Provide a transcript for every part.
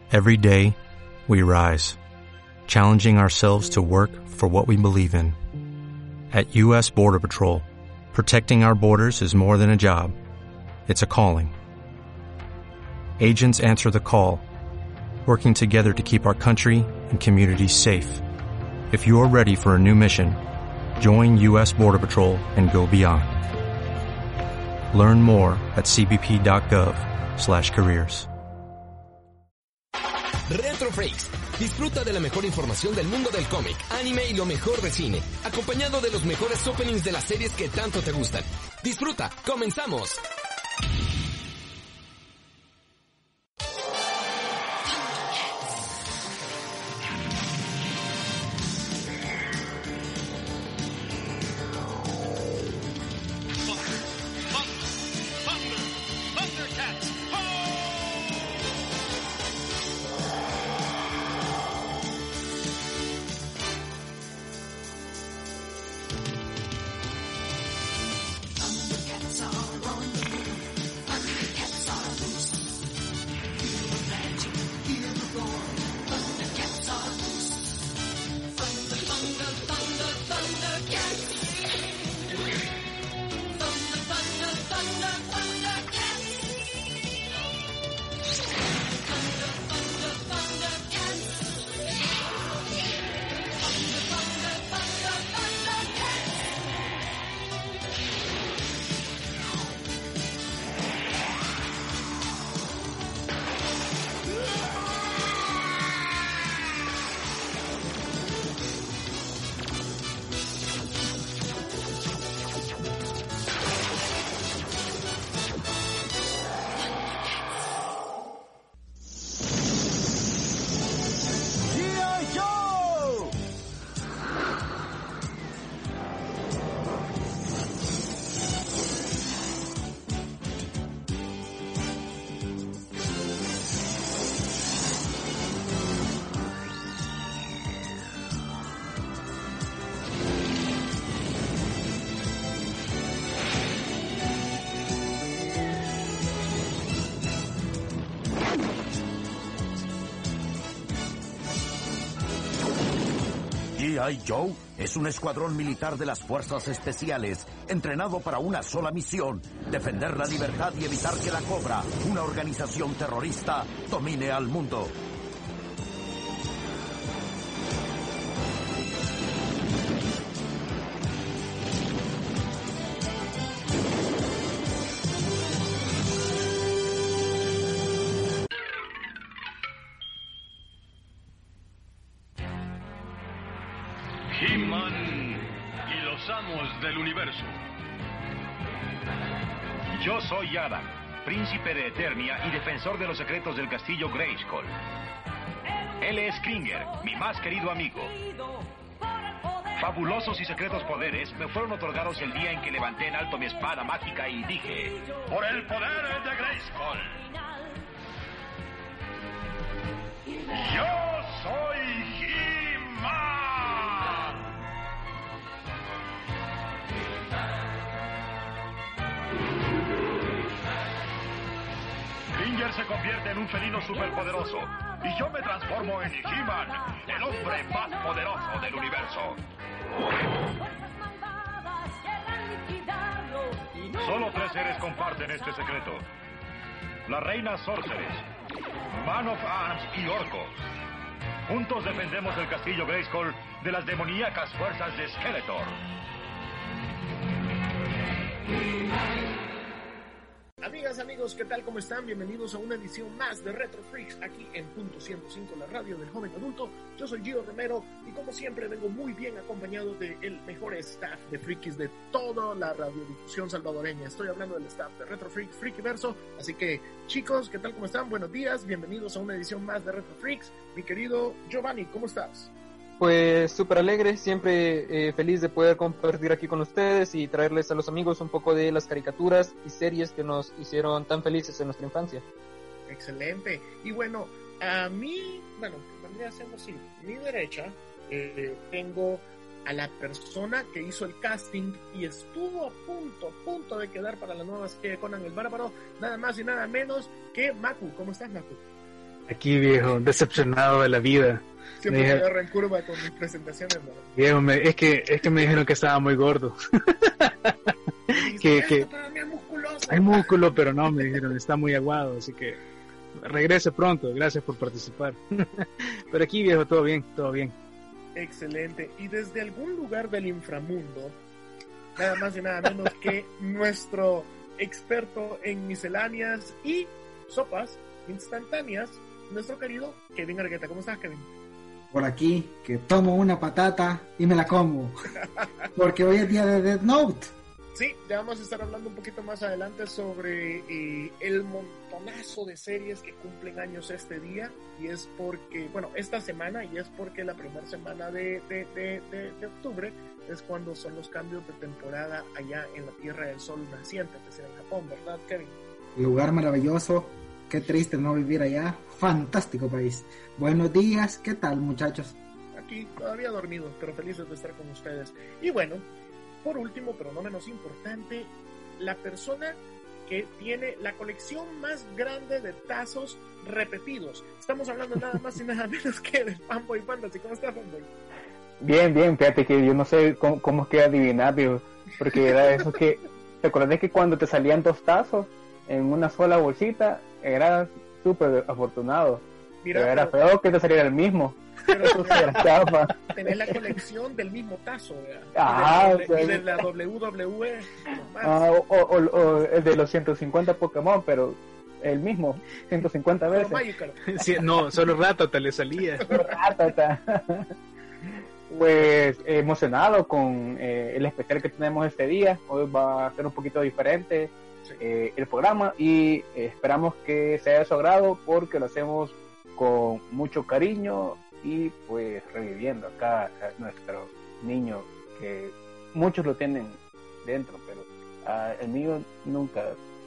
Every day, we rise, challenging ourselves to work for what we believe in. At U.S. Border Patrol, protecting our borders is more than a job. It's a calling. Agents answer the call, working together to keep our country and communities safe. If you are ready for a new mission, join U.S. Border Patrol and go beyond. Learn more at cbp.gov/careers. Retro Freaks. Disfruta de la mejor información del mundo del cómic, anime y lo mejor de cine, acompañado de los mejores openings de las series que tanto te gustan. Disfruta, comenzamos. G.I. Joe es un escuadrón militar de las fuerzas especiales, entrenado para una sola misión: defender la libertad y evitar que la Cobra, una organización terrorista, domine al mundo. He-Man y los amos del universo. Yo soy Adam, príncipe de Eternia y defensor de los secretos del castillo Grayskull. Él es Kringer, mi más querido amigo. Fabulosos y secretos poderes me fueron otorgados el día en que levanté en alto mi espada mágica y dije: ¡por el poder de Grayskull! ¡Yo soy He-Man! Kringer se convierte en un felino superpoderoso y yo me transformo en He-Man, el hombre más poderoso del universo. Solo 3 seres comparten este secreto: la reina Sorceress, Man of Arms y Orco. Juntos defendemos el castillo Grayskull de las demoníacas fuerzas de Skeletor. Amigas, amigos, ¿qué tal? ¿Cómo están? Bienvenidos a una edición más de Retro Freaks aquí en Punto 105, la radio del joven adulto. Yo soy Gio Romero y como siempre vengo muy bien acompañado del mejor staff de frikis de toda la radiodifusión salvadoreña. Estoy hablando del staff de Retro Freaks, Frikiverso. Así que, chicos, ¿qué tal? ¿Cómo están? Buenos días, bienvenidos a una edición más de Retro Freaks. Mi querido Giovanni, ¿cómo estás? Pues súper alegre, siempre feliz de poder compartir aquí con ustedes y traerles a los amigos un poco de las caricaturas y series que nos hicieron tan felices en nuestra infancia. Excelente. Y bueno, a mí, vendría siendo así, a mi derecha tengo a la persona que hizo el casting y estuvo a punto de quedar para la nueva serie de Conan el Bárbaro, nada más y nada menos que Maku. ¿Cómo estás, Maku? Aquí, viejo, decepcionado de la vida. Siempre me agarro en curva con mis presentaciones, ¿no? Viejo, es que me dijeron que estaba muy gordo. que hay músculo, pero no, me dijeron, está muy aguado, así que regrese pronto, gracias por participar. Pero aquí, viejo, todo bien, todo bien. Excelente. Y desde algún lugar del inframundo, nada más y nada menos que nuestro experto en misceláneas y sopas instantáneas, nuestro querido Kevin Argueta. ¿Cómo estás, Kevin? Por aquí, que tomo una patata y me la como, porque hoy es día de Death Note. Sí, ya vamos a estar hablando un poquito más adelante sobre el montonazo de series que cumplen años este día, y es porque, bueno, esta semana, y es porque la primera semana de octubre es cuando son los cambios de temporada allá en la Tierra del Sol naciente, que es en Japón, ¿verdad, Kevin? Lugar maravilloso, qué triste no vivir allá, fantástico país. Buenos días, ¿qué tal, muchachos? Aquí todavía dormidos, pero felices de estar con ustedes. Y bueno, por último, pero no menos importante, la persona que tiene la colección más grande de tazos repetidos. Estamos hablando nada más y nada menos que de Fanboy Fantasy. ¿Cómo estás, Fanboy? Bien, fíjate que yo no sé cómo es que adivinar, viejo, porque era eso que, ¿te acuerdas que cuando te salían 2 tazos en una sola bolsita, eras súper afortunado? Mira, pero era feo que te saliera el mismo. Pero tenés la colección del mismo tazo, y de la WWE. O el de los 150 Pokémon, pero el mismo 150 veces. Sí, no, solo Rattata le salía. Pues emocionado con el especial que tenemos este día. Hoy va a ser un poquito diferente, sí, el programa, y esperamos que sea de su agrado porque lo hacemos con mucho cariño y pues reviviendo acá a nuestro niño, que muchos lo tienen dentro, pero el mío nunca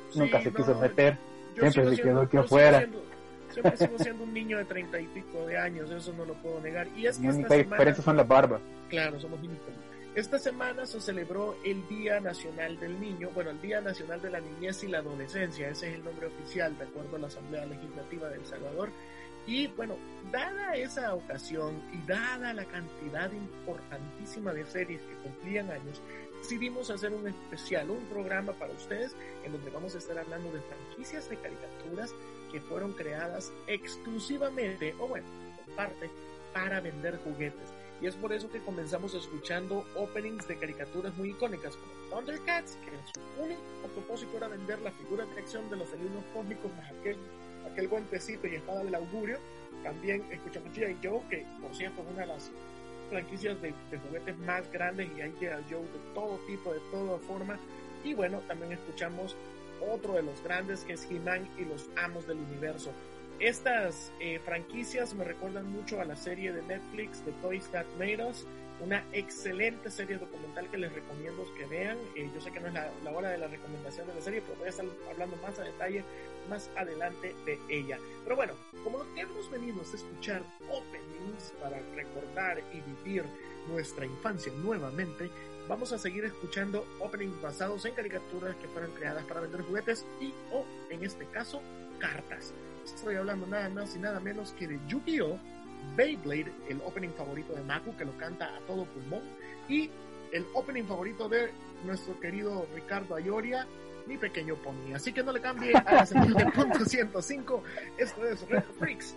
se quiso meter, siempre se quedó aquí afuera. Siempre sigo siendo un niño de 30 y pico de años, eso no lo puedo negar. Y es que la única diferencia son las barbas. Claro, somos niños. Esta semana se celebró el Día Nacional del Niño, bueno, el Día Nacional de la Niñez y la Adolescencia, ese es el nombre oficial de acuerdo a la Asamblea Legislativa de El Salvador. Y bueno, dada esa ocasión y dada la cantidad importantísima de series que cumplían años, decidimos hacer un especial, un programa para ustedes en donde vamos a estar hablando de franquicias de caricaturas que fueron creadas exclusivamente, o bueno, en parte, para vender juguetes. Y es por eso que comenzamos escuchando openings de caricaturas muy icónicas como Thundercats, que en su único propósito era vender la figura de acción de los felinos cósmicos más aquel guantecito y espada del augurio. También escuchamos G.I. Joe, que por cierto es una de las franquicias de juguetes más grandes, y hay G.I. Joe de todo tipo, de toda forma. Y bueno, también escuchamos otro de los grandes, que es He-Man y los Amos del Universo. Estas franquicias me recuerdan mucho a la serie de Netflix de Toys That Made Us, una excelente serie documental que les recomiendo que vean. Yo sé que no es la hora de la recomendación de la serie, pero voy a estar hablando más a detalle más adelante de ella. Pero bueno, como lo que hemos venido es escuchar openings para recordar y vivir nuestra infancia nuevamente, vamos a seguir escuchando openings basados en caricaturas que fueron creadas para vender juguetes o, en este caso, cartas. Estoy hablando nada más y nada menos que de Yu-Gi-Oh!, Beyblade, el opening favorito de Maku, que lo canta a todo pulmón, y el opening favorito de nuestro querido Ricardo Ayoria, Mi Pequeño Pony. Así que no le cambie a la señal de punto 105. Esto es Retro Freaks.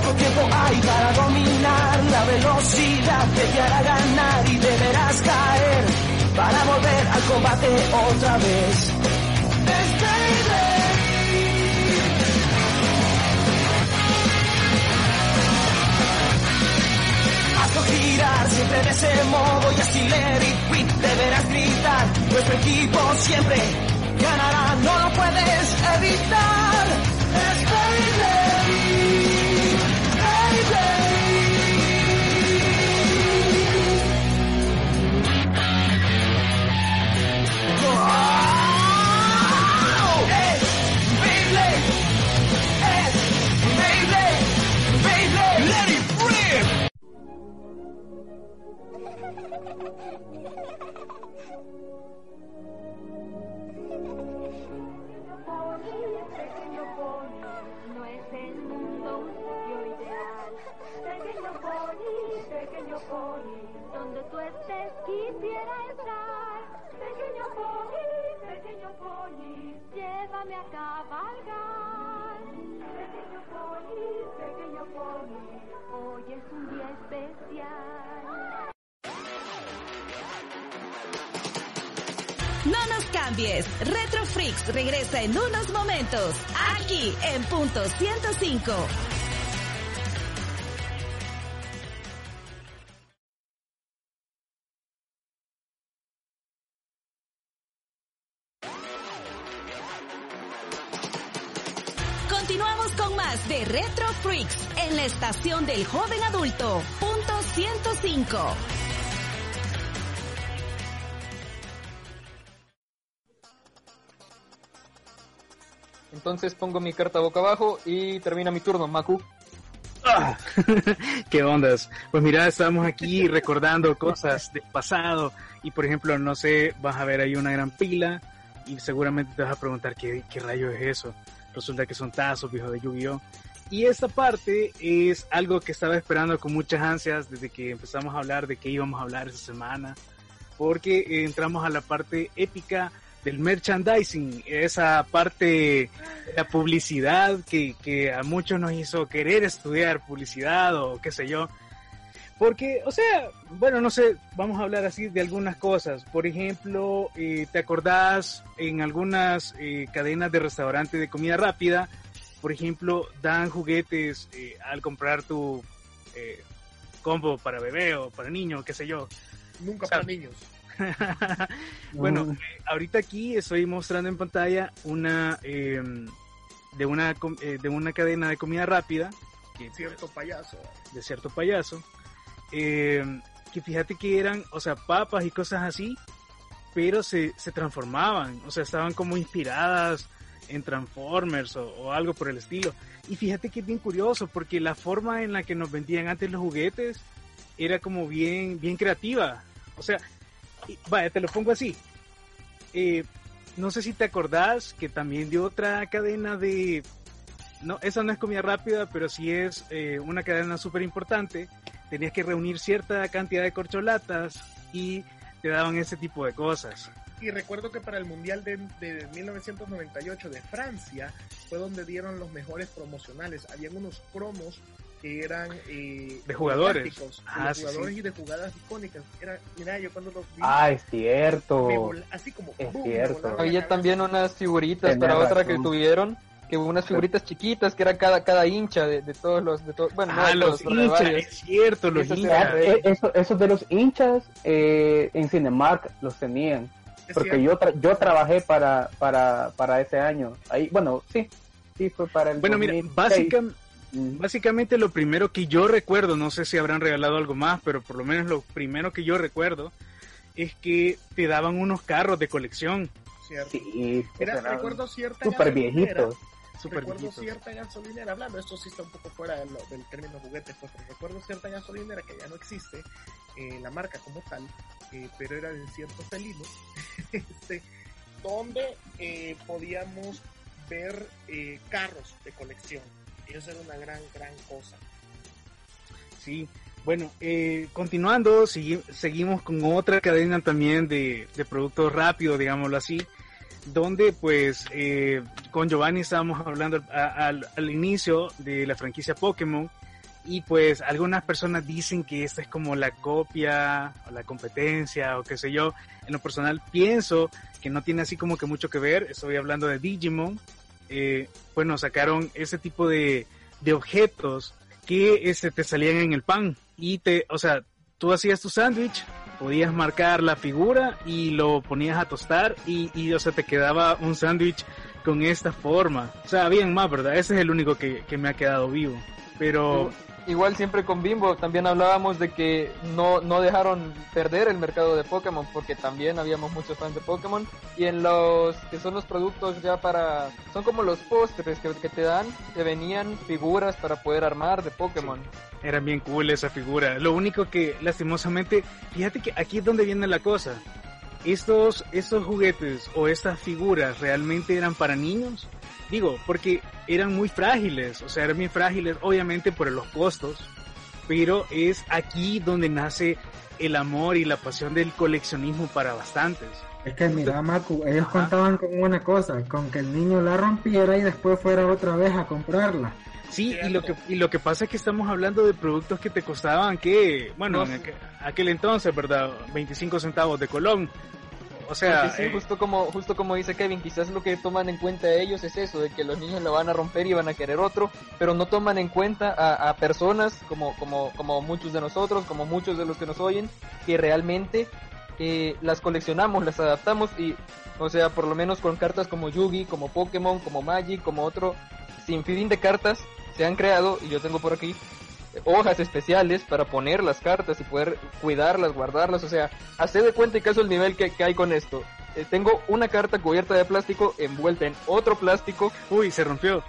Poco tiempo hay para dominar, la velocidad te hará ganar y deberás caer para volver al combate otra vez. Hazlo girar siempre de ese modo y así let it quit, deberás gritar. Nuestro equipo siempre ganará, no lo puedes evitar. Stay ready, stay ready. Let it rip! Pequeño pony, no es el mundo un sitio ideal. Pequeño pony, donde tú estés quisiera estar. Pequeño pony, llévame a cabalgar. Pequeño pony, hoy es un día especial. No nos cambies, Retro Freaks regresa en unos momentos, aquí en Punto 105. Continuamos con más de Retro Freaks en la estación del joven adulto, Punto 105. Entonces pongo mi carta boca abajo y termina mi turno, Maku. ¡Ah! ¿Qué ondas? Pues mira, estamos aquí recordando cosas del pasado y por ejemplo, no sé, vas a ver ahí una gran pila y seguramente te vas a preguntar qué rayo es eso. Resulta que son tazos, viejo, de Yu-Gi-Oh! Y esta parte es algo que estaba esperando con muchas ansias desde que empezamos a hablar de qué íbamos a hablar esa semana, porque entramos a la parte épica del merchandising, esa parte de la publicidad que a muchos nos hizo querer estudiar publicidad o qué sé yo. Porque, o sea, bueno, no sé, vamos a hablar así de algunas cosas. Por ejemplo, ¿te acordás en algunas cadenas de restaurantes de comida rápida? Por ejemplo, dan juguetes al comprar tu combo para bebé o para niño, qué sé yo. Nunca, o sea, para niños. Bueno, ahorita aquí estoy mostrando en pantalla una de una cadena de comida rápida que, cierto payaso. De cierto payaso. Que fíjate que eran, o sea, papas y cosas así, pero se transformaban, o sea, estaban como inspiradas en Transformers o algo por el estilo. Y fíjate que es bien curioso, porque la forma en la que nos vendían antes los juguetes era como bien creativa. O sea, vaya, te lo pongo así. No sé si te acordás que también de otra cadena de... No, esa no es comida rápida, pero sí es una cadena súper importante. Tenías que reunir cierta cantidad de corcholatas y te daban ese tipo de cosas. Y recuerdo que para el Mundial de 1998 de Francia fue donde dieron los mejores promocionales. Habían unos promos que eran de jugadores, y de jugadas icónicas. Mira, yo cuando los vi, es cierto, así como es boom, cierto. Había también unas figuritas para otra que tuvieron, que unas figuritas chiquitas que era cada hincha de todos los, bueno, no los hinchas, es cierto, los hinchas. Esos de los hinchas en Cinemark los tenían, porque yo trabajé para ese año. Ahí, bueno, sí fue para el. Bueno, 2006. Mira, básicamente lo primero que yo recuerdo, no sé si habrán regalado algo más, pero por lo menos lo primero que yo recuerdo es que te daban unos carros de colección. Cierto. Sí, recuerdo cierta super viejitos. Cierta gasolinera, hablando, esto sí está un poco fuera del término juguete, pues, pero recuerdo cierta gasolinera que ya no existe, la marca como tal, pero era de ciertos felinos, donde podíamos ver carros de colección. Y eso era una gran cosa. Sí, bueno, continuando, seguimos con otra cadena también de productos rápidos, digámoslo así, donde pues con Giovanni estábamos hablando al inicio de la franquicia Pokémon, Y pues algunas personas dicen que esta es como la copia o la competencia o qué sé yo. En lo personal pienso que no tiene así como que mucho que ver. Estoy hablando de Digimon. Bueno, sacaron ese tipo de objetos que te salían en el pan. Y o sea, tú hacías tu sándwich, podías marcar la figura y lo ponías a tostar y o sea, te quedaba un sándwich con esta forma. O sea, habían más, ¿verdad? Ese es el único que me ha quedado vivo. Pero... Igual siempre con Bimbo también hablábamos de que no dejaron perder el mercado de Pokémon, porque también habíamos muchos fans de Pokémon, y en los que son los productos ya son como los postres que te dan, te venían figuras para poder armar de Pokémon. Sí, eran bien cool esa figura. Lo único que lastimosamente, fíjate que aquí es donde viene la cosa. Estos juguetes o estas figuras realmente eran para niños. Digo, porque eran muy frágiles, o sea, eran bien frágiles, obviamente por los costos, pero es aquí donde nace el amor y la pasión del coleccionismo para bastantes. Es que mira, Macu, ellos contaban con una cosa, con que el niño la rompiera y después fuera otra vez a comprarla. Sí, y lo que pasa es que estamos hablando de productos que te costaban, bueno, en aquel entonces, ¿verdad? 25 centavos de Colón. O sea, sí, justo como dice Kevin, quizás lo que toman en cuenta ellos es eso, de que los niños lo van a romper y van a querer otro, pero no toman en cuenta a personas como muchos de nosotros, como muchos de los que nos oyen, que realmente las coleccionamos, las adaptamos y, o sea, por lo menos con cartas como Yu-Gi, como Pokémon, como Magic, como otro sinfín de cartas se han creado, y yo tengo por aquí hojas especiales para poner las cartas y poder cuidarlas, guardarlas, o sea, hacer de cuenta y caso el nivel que hay con esto. Tengo una carta cubierta de plástico envuelta en otro plástico. Uy, se rompió.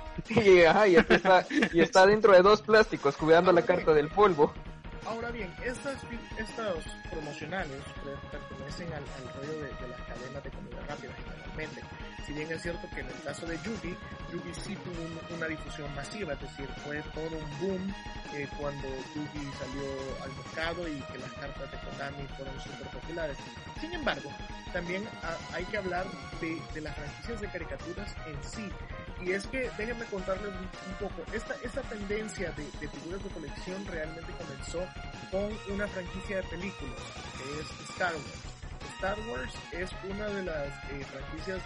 Y está dentro de dos plásticos cuidando la carta del polvo. Ahora bien, estas promocionales pertenecen al rollo de las cadenas de comida rápida generalmente. Si bien es cierto que en el caso de Yu-Gi sí tuvo una difusión masiva, es decir, fue todo un boom cuando Yu-Gi salió al mercado y que las cartas de Konami fueron súper populares. Sin embargo, también hay que hablar de las franquicias de caricaturas en sí. Y es que, déjenme contarles un poco, esta tendencia de figuras de colección realmente comenzó con una franquicia de películas, que es Star Wars. Star Wars es una de las franquicias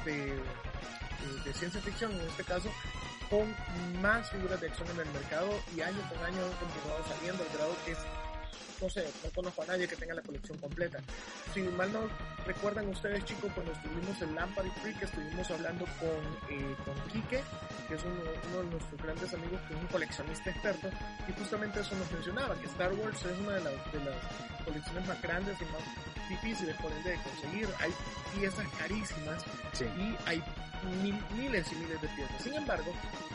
de ciencia ficción, en este caso, con más figuras de acción en el mercado, y año con año han continuado saliendo, al grado que no conozco a nadie que tenga la colección completa. Si mal no recuerdan ustedes, chicos, cuando estuvimos en Lampard Freak, estuvimos hablando con Quique, que es uno de nuestros grandes amigos, que es un coleccionista experto, y justamente eso nos mencionaba, que Star Wars es una de las colecciones más grandes y más difíciles, por ende, de conseguir. Hay piezas carísimas, sí, y hay miles y miles de piezas. Sin embargo,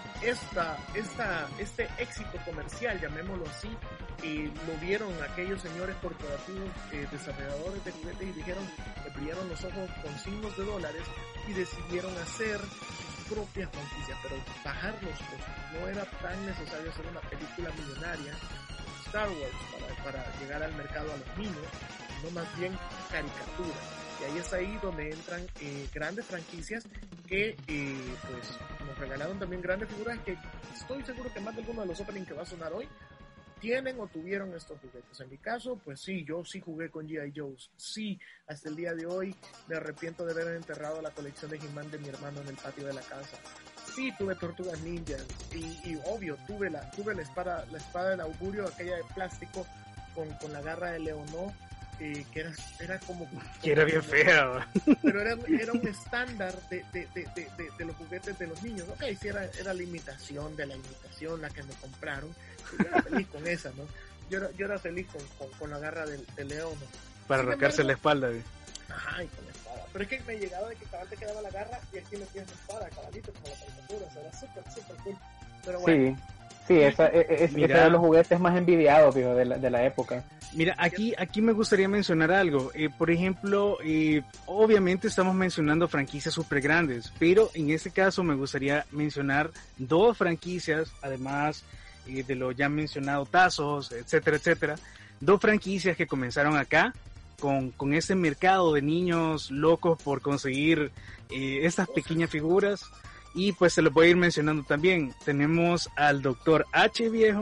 este éxito comercial, llamémoslo así, lo vieron aquellos señores corporativos, desarrolladores de juguetes, y dijeron, le brillaron los ojos con signos de dólares y decidieron hacer sus propias franquicias, pero bajar los costos. No era tan necesario hacer una película millonaria Star Wars para llegar al mercado a los niños, no más bien caricaturas. Y ahí es ahí donde entran grandes franquicias que pues nos regalaron también grandes figuras, que estoy seguro que más de alguno de los openings que va a sonar hoy tienen o tuvieron estos juguetes. En mi caso, pues sí, yo sí jugué con G.I. Joes. Sí, hasta el día de hoy me arrepiento de haber enterrado la colección de He-Man de mi hermano en el patio de la casa. Sí, tuve Tortugas Ninjas y obvio, tuve la espada del augurio, aquella de plástico con la garra de Leonó, que era como que era bien fea, pero era un estándar de los juguetes de los niños. Ok, sí, era la imitación de la imitación la que me compraron. Yo era feliz con esa, ¿no? Yo era feliz con la garra de León, ¿no? Para arrancarse la espalda, Ajá, y con la espada. Pero es que me llegaba de que cabal te quedaba la garra y aquí le tienes la espada, cabalito, como la caricatura. O sea, era súper cool. Pero bueno. Sí, ese era de los juguetes más envidiados, tío, de la época. Mira, aquí me gustaría mencionar algo. Por ejemplo, obviamente estamos mencionando franquicias súper grandes, pero en este caso me gustaría mencionar dos franquicias, además de lo ya mencionado, Tazos, etcétera, etcétera. Dos franquicias que comenzaron acá con ese mercado de niños locos por conseguir estas pequeñas figuras. Y pues se lo voy a ir mencionando también. Tenemos al Dr. H, viejo,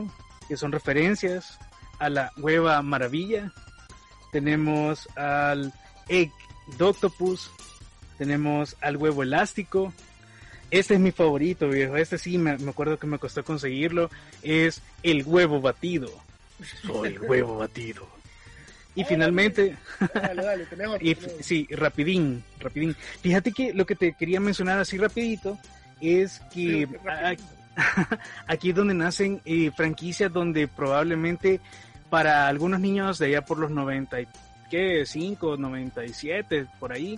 que son referencias a la hueva maravilla. Tenemos al Egg Doctopus, tenemos al huevo elástico. Este es mi favorito, viejo. Este sí, me acuerdo que me costó conseguirlo. Es el huevo batido. Soy el huevo batido. Y finalmente... Dale, tenemos. Sí, rapidín. Fíjate que lo que te quería mencionar así rapidito es que aquí es donde nacen franquicias donde probablemente para algunos niños de allá por los 95, 97, por ahí,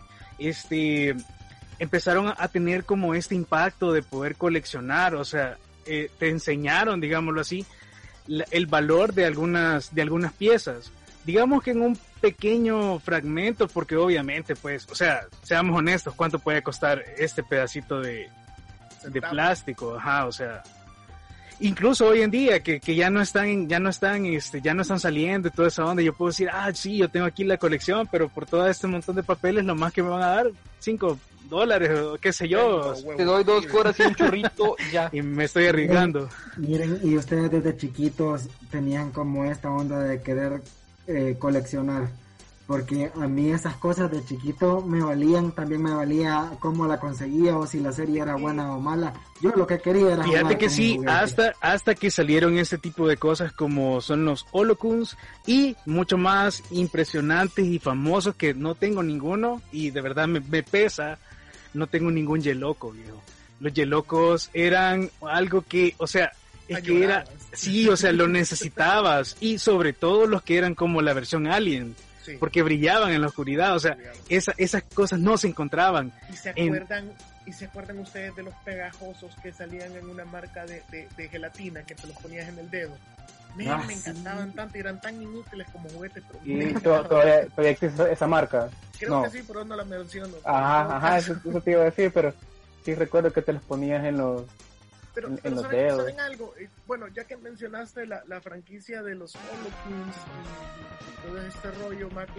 empezaron a tener como este impacto de poder coleccionar, o sea, te enseñaron, digámoslo así, el valor de algunas piezas. Digamos que en un pequeño fragmento, porque obviamente, pues, o sea, seamos honestos, ¿cuánto puede costar este pedacito de plástico? Ajá, o sea, incluso hoy en día que ya no están saliendo y toda esa onda, yo puedo decir, sí, yo tengo aquí la colección, pero por todo este montón de papeles, lo más que me van a dar $5 o qué sé yo. Te doy 2 horas y un churrito ya. Y me estoy arriesgando. Miren, y ustedes desde chiquitos tenían como esta onda de querer coleccionar, porque a mí esas cosas de chiquito también me valía cómo la conseguía o si la serie era buena o mala. Yo lo que quería era fíjate que sí, hasta que salieron ese tipo de cosas como son los Holocuns y mucho más impresionantes y famosos que no tengo ninguno y de verdad me pesa, no tengo ningún Yeloco, viejo. Los Yelocos eran algo que, o sea, es que era, sí, o sea, lo necesitabas y sobre todo los que eran como la versión Alien. Sí. Porque brillaban en la oscuridad, o sea, esas cosas no se encontraban. ¿Y se acuerdan ustedes de los pegajosos que salían en una marca de gelatina que te los ponías en el dedo? Me encantaban tanto y eran tan inútiles como juguetes. ¿Y todavía existe esa marca? Creo que sí, pero no la menciono. Ajá, eso te iba a decir, pero sí recuerdo que te los ponías en los... Pero los ¿saben algo? Bueno, ya que mencionaste la franquicia de los Holocuns y todo este rollo, Marco,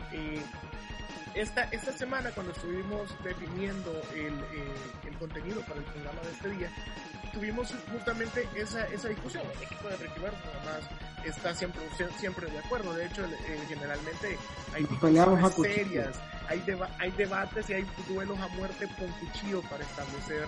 esta semana cuando estuvimos definiendo el contenido para el programa de este día, tuvimos justamente esa discusión. El equipo de Riquiverso además está siempre de acuerdo. De hecho, generalmente hay discusiones serias, hay debates y hay duelos a muerte con cuchillo para establecer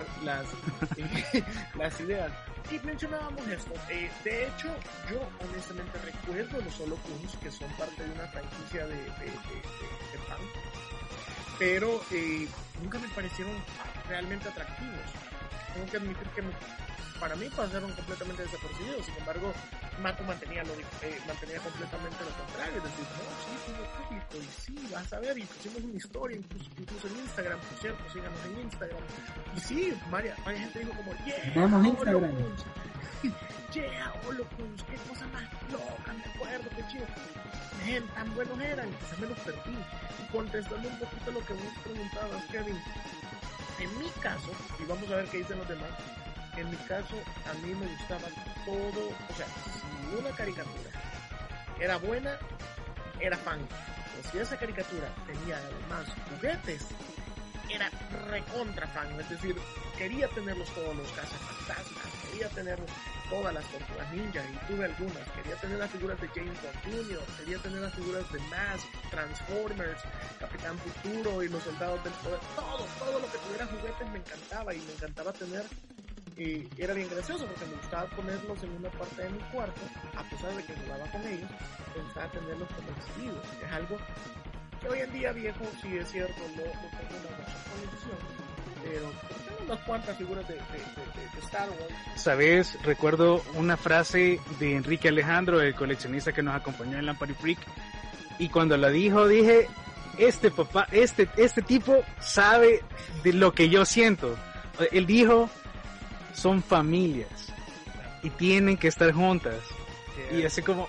las ideas. Y mencionábamos esto. De hecho, yo honestamente recuerdo los Holocuns, que son parte de una franquicia de pan, pero nunca me parecieron realmente atractivos. Tengo que admitir que para mí pasaron completamente desapercibidos. Sin embargo, Mako mantenía completamente lo contrario. Es decir, no, sí, tuvo público y sí, vas a ver, y pusimos una historia, incluso en Instagram, por cierto, síganos en Instagram. Y sí, varias gente dijo como, vamos a Instagram. Yeah, Holocuns, qué cosa más loca, me acuerdo, qué chido. Man, tan buenos eran, quizás me los perdí. Y contestando un poquito lo que vos preguntabas, Kevin, en mi caso, y vamos a ver qué dicen los demás, en mi caso, a mí me gustaba todo, o sea, si una caricatura era buena, era fan. Pero si esa caricatura tenía además juguetes, era recontra fan. Es decir, quería tenerlos todos los cazafantasmas, quería tener todas las tortugas ninja, y tuve algunas. Quería tener las figuras de James Bond Jr., quería tener las figuras de Mask, Transformers, Capitán Futuro y los Soldados del Poder. Todo lo que tuviera juguetes me encantaba, y me encantaba tener. Era bien gracioso porque me gustaba ponerlos en una parte de mi cuarto, a pesar de que jugaba con ellos, me gustaba tenerlos como exhibidos. Es algo que hoy en día, viejo, sí es cierto, no tengo una mucha colección, pero tengo unas cuantas figuras de Star Wars. ¿Sabes? Recuerdo una frase de Enrique Alejandro, el coleccionista que nos acompañó en Lampari Freak, y cuando la dijo dije, este tipo sabe de lo que yo siento. Él dijo, son familias y tienen que estar juntas. Y así como,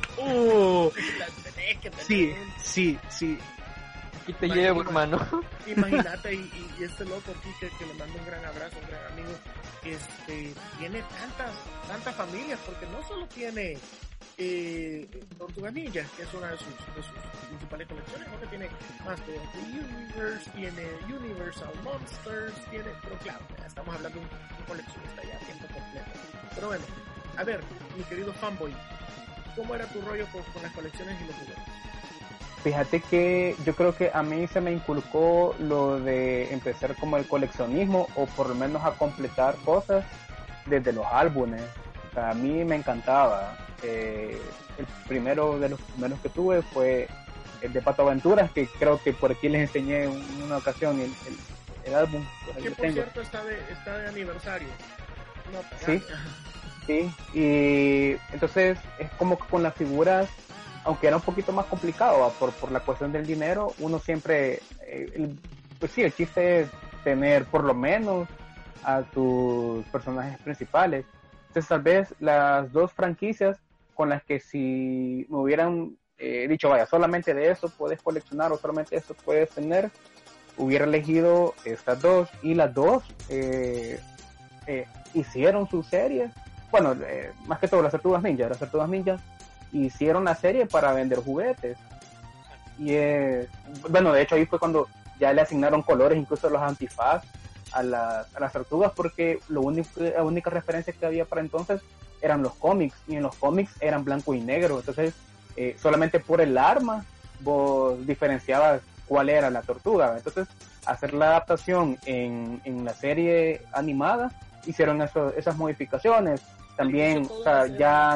sí. Y te llevo, hermano. Imagínate, y este loco aquí que le mando un gran abrazo, un gran amigo, tiene tantas familias, porque no solo tiene Tortugas Ninja, que es una de sus principales colecciones, sino que tiene Master of the Universe, tiene Universal Monsters, pero claro, estamos hablando de un coleccionista ya a tiempo completo. Pero bueno, A ver, mi querido fanboy, ¿cómo era tu rollo con las colecciones y los juguetes? Fíjate que yo creo que a mí se me inculcó lo de empezar como el coleccionismo, o por lo menos a completar cosas desde los álbumes. O sea, a mí me encantaba. El primero de los primeros que tuve fue el de Pato Aventuras, que creo que por aquí les enseñé en una ocasión el álbum. Que por cierto está de aniversario. No, sí, sí. Y entonces es como que con las figuras, aunque era un poquito más complicado por la cuestión del dinero, uno siempre, pues sí, el chiste es tener por lo menos a tus personajes principales. Entonces tal vez las dos franquicias con las que si me hubieran dicho, vaya, solamente de eso puedes coleccionar o solamente eso puedes tener, hubiera elegido estas dos, y las dos hicieron su serie. Bueno, más que todo las Tortugas Ninja hicieron la serie para vender juguetes. Y bueno, de hecho ahí fue cuando ya le asignaron colores, incluso los antifaz a las tortugas, porque la única referencia que había para entonces eran los cómics, y en los cómics eran blanco y negro. Entonces solamente por el arma vos diferenciabas cuál era la tortuga. Entonces, hacer la adaptación en la serie animada, hicieron esas modificaciones. También, o sea, ya...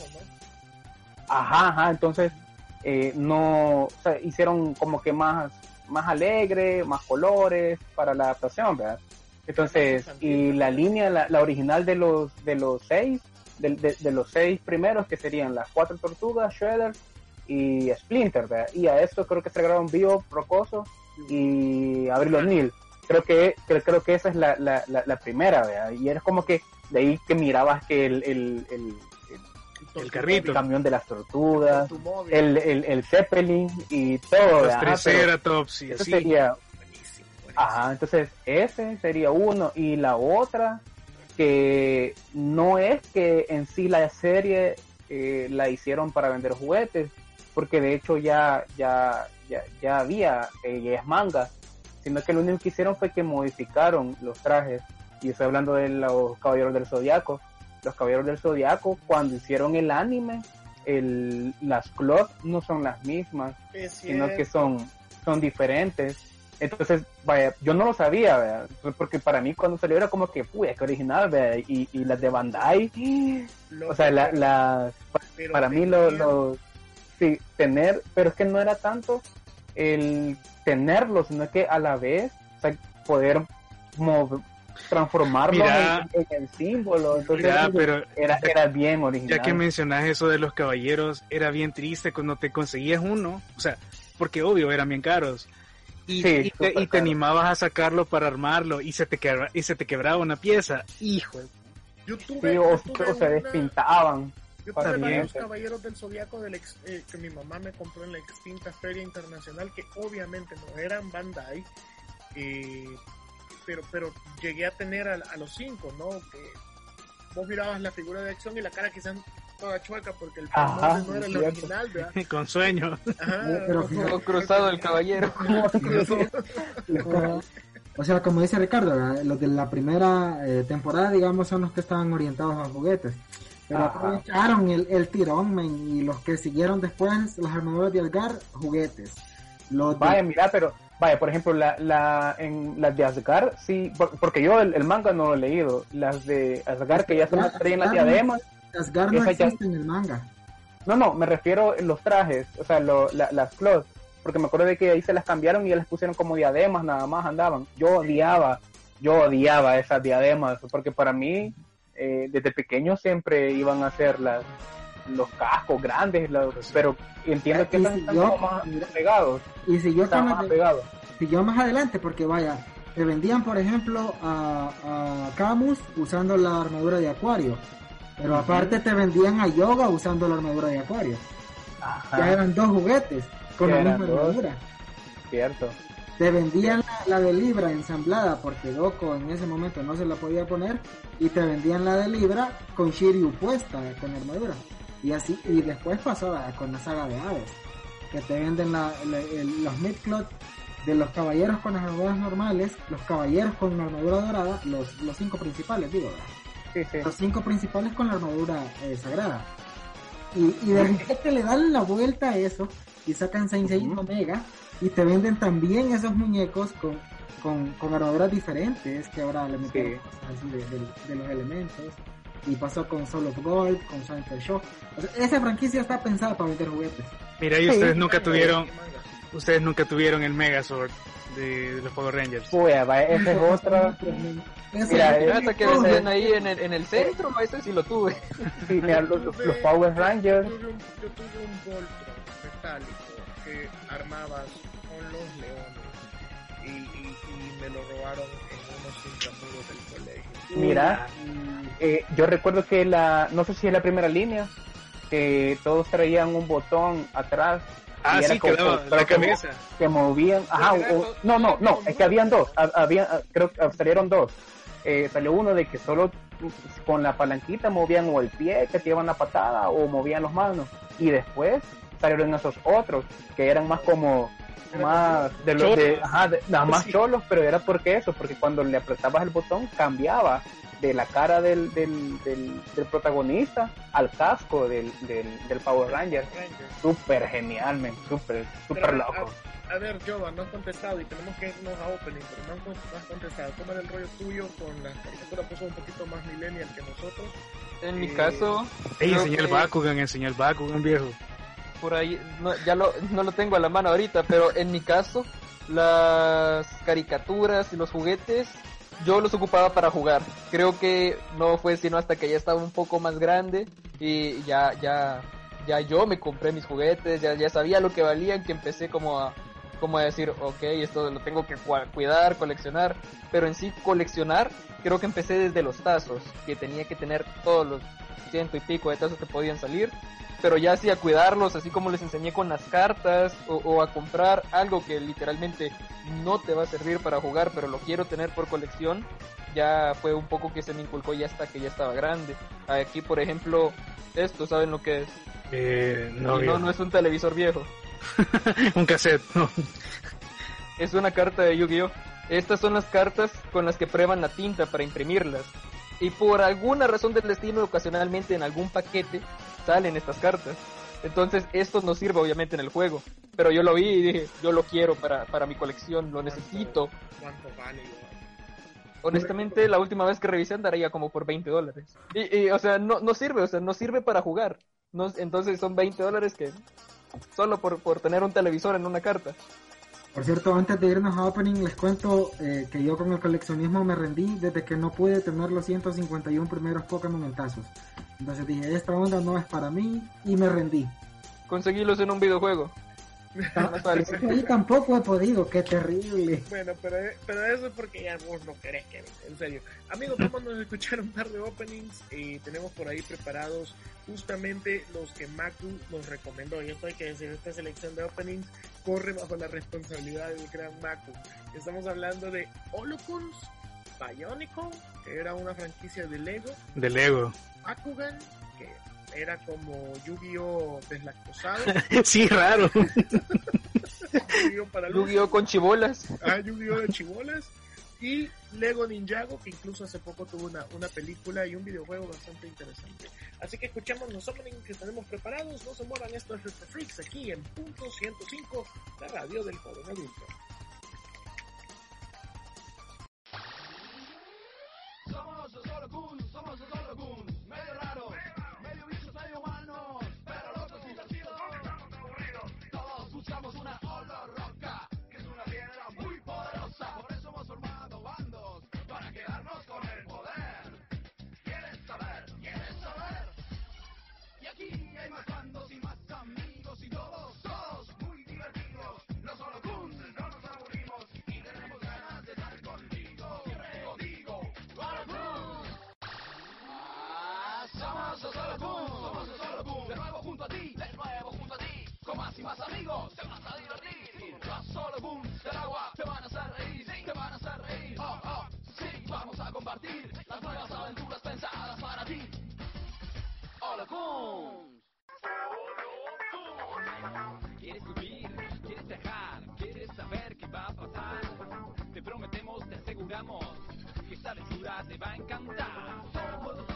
Ajá, entonces o sea, hicieron como que más alegre, más colores para la adaptación, ¿verdad? Entonces, y la línea, la original de los 6, de los 6 primeros, que serían las 4 tortugas, Shredder y Splinter, ¿verdad? Y a esto creo que se agregaron Bio, Rocoso y Abril O'Neil. Creo que esa es la primera, ¿verdad? Y era como que de ahí que mirabas que el carrito, el camión de las tortugas, el Zeppelin y todo. Los Triceratops y eso así. Sería, buenísimo. Ajá, entonces ese sería uno. Y la otra, que no es que en sí la serie la hicieron para vender juguetes, porque de hecho ya había es manga, sino que lo único que hicieron fue que modificaron los trajes. Y estoy hablando de los Caballeros del Zodiaco. Los Caballeros del Zodiaco, cuando hicieron el anime, las Cloth no son las mismas, sino que son diferentes. Entonces, vaya, yo no lo sabía, ¿verdad? Porque para mí cuando salió era como que, uy, es que original, ¿verdad? Y las de Bandai, o sea, para mí sí, tener, pero es que no era tanto el tenerlo, sino que a la vez, o sea, poder transformarlo en el símbolo. Entonces, pero era bien original. Ya que mencionas eso de los caballeros, era bien triste cuando te conseguías uno, o sea, porque obvio eran bien caros, y te animabas a sacarlo para armarlo y se te quebraba una pieza, hijo. O se despintaban. Yo tuve varios Caballeros del Zodiaco que mi mamá me compró en la extinta Feria Internacional, que obviamente no eran Bandai, pero llegué a tener a los 5, ¿no? Que vos mirabas la figura de acción y la cara quizás toda chueca porque el no era el original, ¿verdad? Con sueño. Pero cruzado el caballero. O sea, como dice Ricardo, ¿verdad? Los de la primera temporada, digamos, son los que estaban orientados a juguetes. Pero aprovecharon el tirón, man, y los que siguieron después, las armaduras de Asgard, juguetes. Vaya, por ejemplo, en las de Asgard, sí, porque yo el manga no lo he leído. Las de Asgard, que ya son las diademas. Asgard no existe en el manga. No, me refiero a los trajes, o sea, las cloth, porque me acuerdo de que ahí se las cambiaron y ya les pusieron como diademas, nada más andaban. Yo odiaba esas diademas, porque para mí, desde pequeño siempre iban a ser los cascos grandes, pero entiendo que están más pegados. Y si yo más adelante, porque vaya, te vendían por ejemplo a Camus usando la armadura de Acuario, pero aparte te vendían a Yoga usando la armadura de Acuario. Ya eran dos juguetes con la misma armadura. Cierto. Te vendían la de Libra ensamblada porque Doko en ese momento no se la podía poner, y te vendían la de Libra con Shiryu puesta con armadura. Y así, y después pasó con la saga de Hades, que te venden los midcloth de los caballeros con las armaduras normales, los caballeros con una armadura dorada, los 5 principales, digo, ¿verdad? los 5 principales con la armadura sagrada. Y de repente le dan la vuelta a eso y sacan Saint Seiya Omega y te venden también esos muñecos con armaduras diferentes, que ahora le metieron cosas así de los elementos. Y pasó con Soul of Gold, con Shadow Shock. O sea, esa franquicia está pensada para vender juguetes. Mira, y ustedes nunca tuvieron el Megazord de los Power Rangers. Uy, esa es otra. Mira, hasta que ven ahí en el centro, ese sí lo tuve. Sí, mira, los Power Rangers. Yo tuve un Voltron metálico que armabas con los leones y me lo robaron en unos intramuros del colegio. Mira, yo recuerdo que no sé si es la primera línea, que todos traían un botón atrás. Ah, sí, que daba la cabeza. Que movían, no, es que habían dos, creo que salieron dos. Salió uno de que solo con la palanquita movían o el pie, que te iban la patada, o movían las manos. Y después salieron esos otros, que eran más como, más de los más cholos, pero era porque cuando le apretabas el botón cambiaba de la cara del protagonista al casco del Power Ranger. Súper genial, súper loco. A ver, Jova, no has contestado y tenemos que irnos a opening, pero no has contestado. ¿Cómo era el rollo tuyo con las caricaturas? Pues un poquito más millennial que nosotros. En mi caso... enseñó el Bakugan, viejo. Por ahí, no lo tengo a la mano ahorita, pero en mi caso, las caricaturas y los juguetes, yo los ocupaba para jugar. Creo que no fue sino hasta que ya estaba un poco más grande y ya yo me compré mis juguetes, ya sabía lo que valían, que empecé como a decir, ok, esto lo tengo que cuidar, coleccionar, pero en sí coleccionar, creo que empecé desde los tazos, que tenía que tener todos los 100 y pico de tazos que podían salir, pero ya así a cuidarlos, así como les enseñé con las cartas, o a comprar algo que literalmente no te va a servir para jugar, pero lo quiero tener por colección, ya fue un poco que se me inculcó ya hasta que ya estaba grande. Aquí, por ejemplo, esto, ¿saben lo que es? No es un televisor viejo. Un cassette, no. Es una carta de Yu-Gi-Oh! Estas son las cartas con las que prueban la tinta para imprimirlas. Y por alguna razón del destino, ocasionalmente en algún paquete salen estas cartas. Entonces esto no sirve obviamente en el juego. Pero yo lo vi y dije, yo lo quiero para mi colección, lo necesito. ¿Cuánto vale? Honestamente, la última vez que revisé andaría como por $20. Y o sea, no sirve para jugar. Entonces son $20 que solo por tener un televisor en una carta. Por cierto, antes de irnos a opening, les cuento que yo con el coleccionismo me rendí desde que no pude tener los 151 primeros Pokémon en tazos. Entonces dije, esta onda no es para mí, y me rendí. Conseguirlos en un videojuego. Y tampoco he podido, qué terrible. Bueno, pero eso es porque ya vos no querés, Kevin, en serio. Amigos, vamos a escuchar un par de openings y tenemos por ahí preparados justamente los que Maku nos recomendó. Y esto hay que decir, esta selección de openings corre bajo la responsabilidad del gran Maku. Estamos hablando de Holocuns, Bionicle, que era una franquicia de Lego. Bakugan, que era como Yu-Gi-Oh deslactosado. Sí, raro. Yu-Gi-Oh con chibolas. Yu-Gi-Oh de chibolas. Y Lego Ninjago, que incluso hace poco tuvo una película y un videojuego bastante interesante. Así que escuchamos los openings que tenemos preparados. No se muevan, esto es Retro Freaks aquí en Punto 105, la radio del joven adulto. Somos los Holocuns, medio raros, medio bichos, medio humanos, pero locos y divertidos. Estamos aburridos. Todos buscamos una holorroca, que es una piedra muy poderosa. Por eso hemos formado bandos, para quedarnos con el poder. ¿Quieres saber? Y aquí hay más bandos y más amigos y todos muy divertidos. Los Holocuns no nos aburrimos y tenemos ganas de estar contigo. Siempre lo digo, Holocuns. Somos los Holocuns, de nuevo junto a ti, con más y más amigos, te vas a divertir. Los Holocuns del agua te van a hacer reír, sí, vamos a compartir las nuevas aventuras pensadas para ti. Holocuns. ¿Quieres subir? ¿Quieres viajar? ¿Quieres saber qué va a pasar? Te prometemos, te aseguramos que esta aventura te va a encantar. Somos los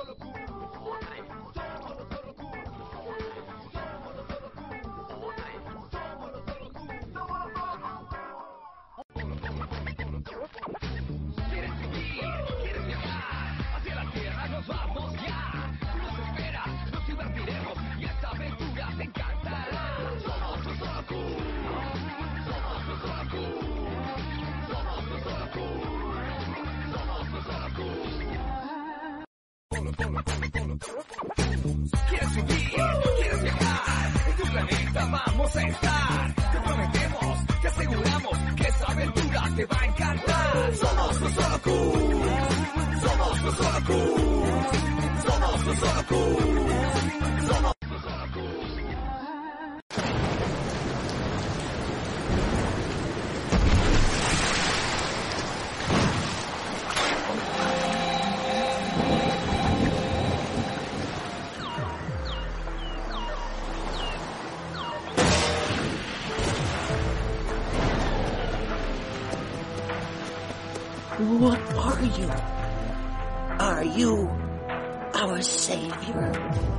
¿Quieres subir? ¿Quieres viajar? En tu planeta vamos a estar. Te prometemos, te aseguramos que esta aventura te va a encantar. Somos los Solo Cool. Somos los Solo Cool. Somos los Solo Cool. Somos los Solo Cool. What are you? Are you our savior?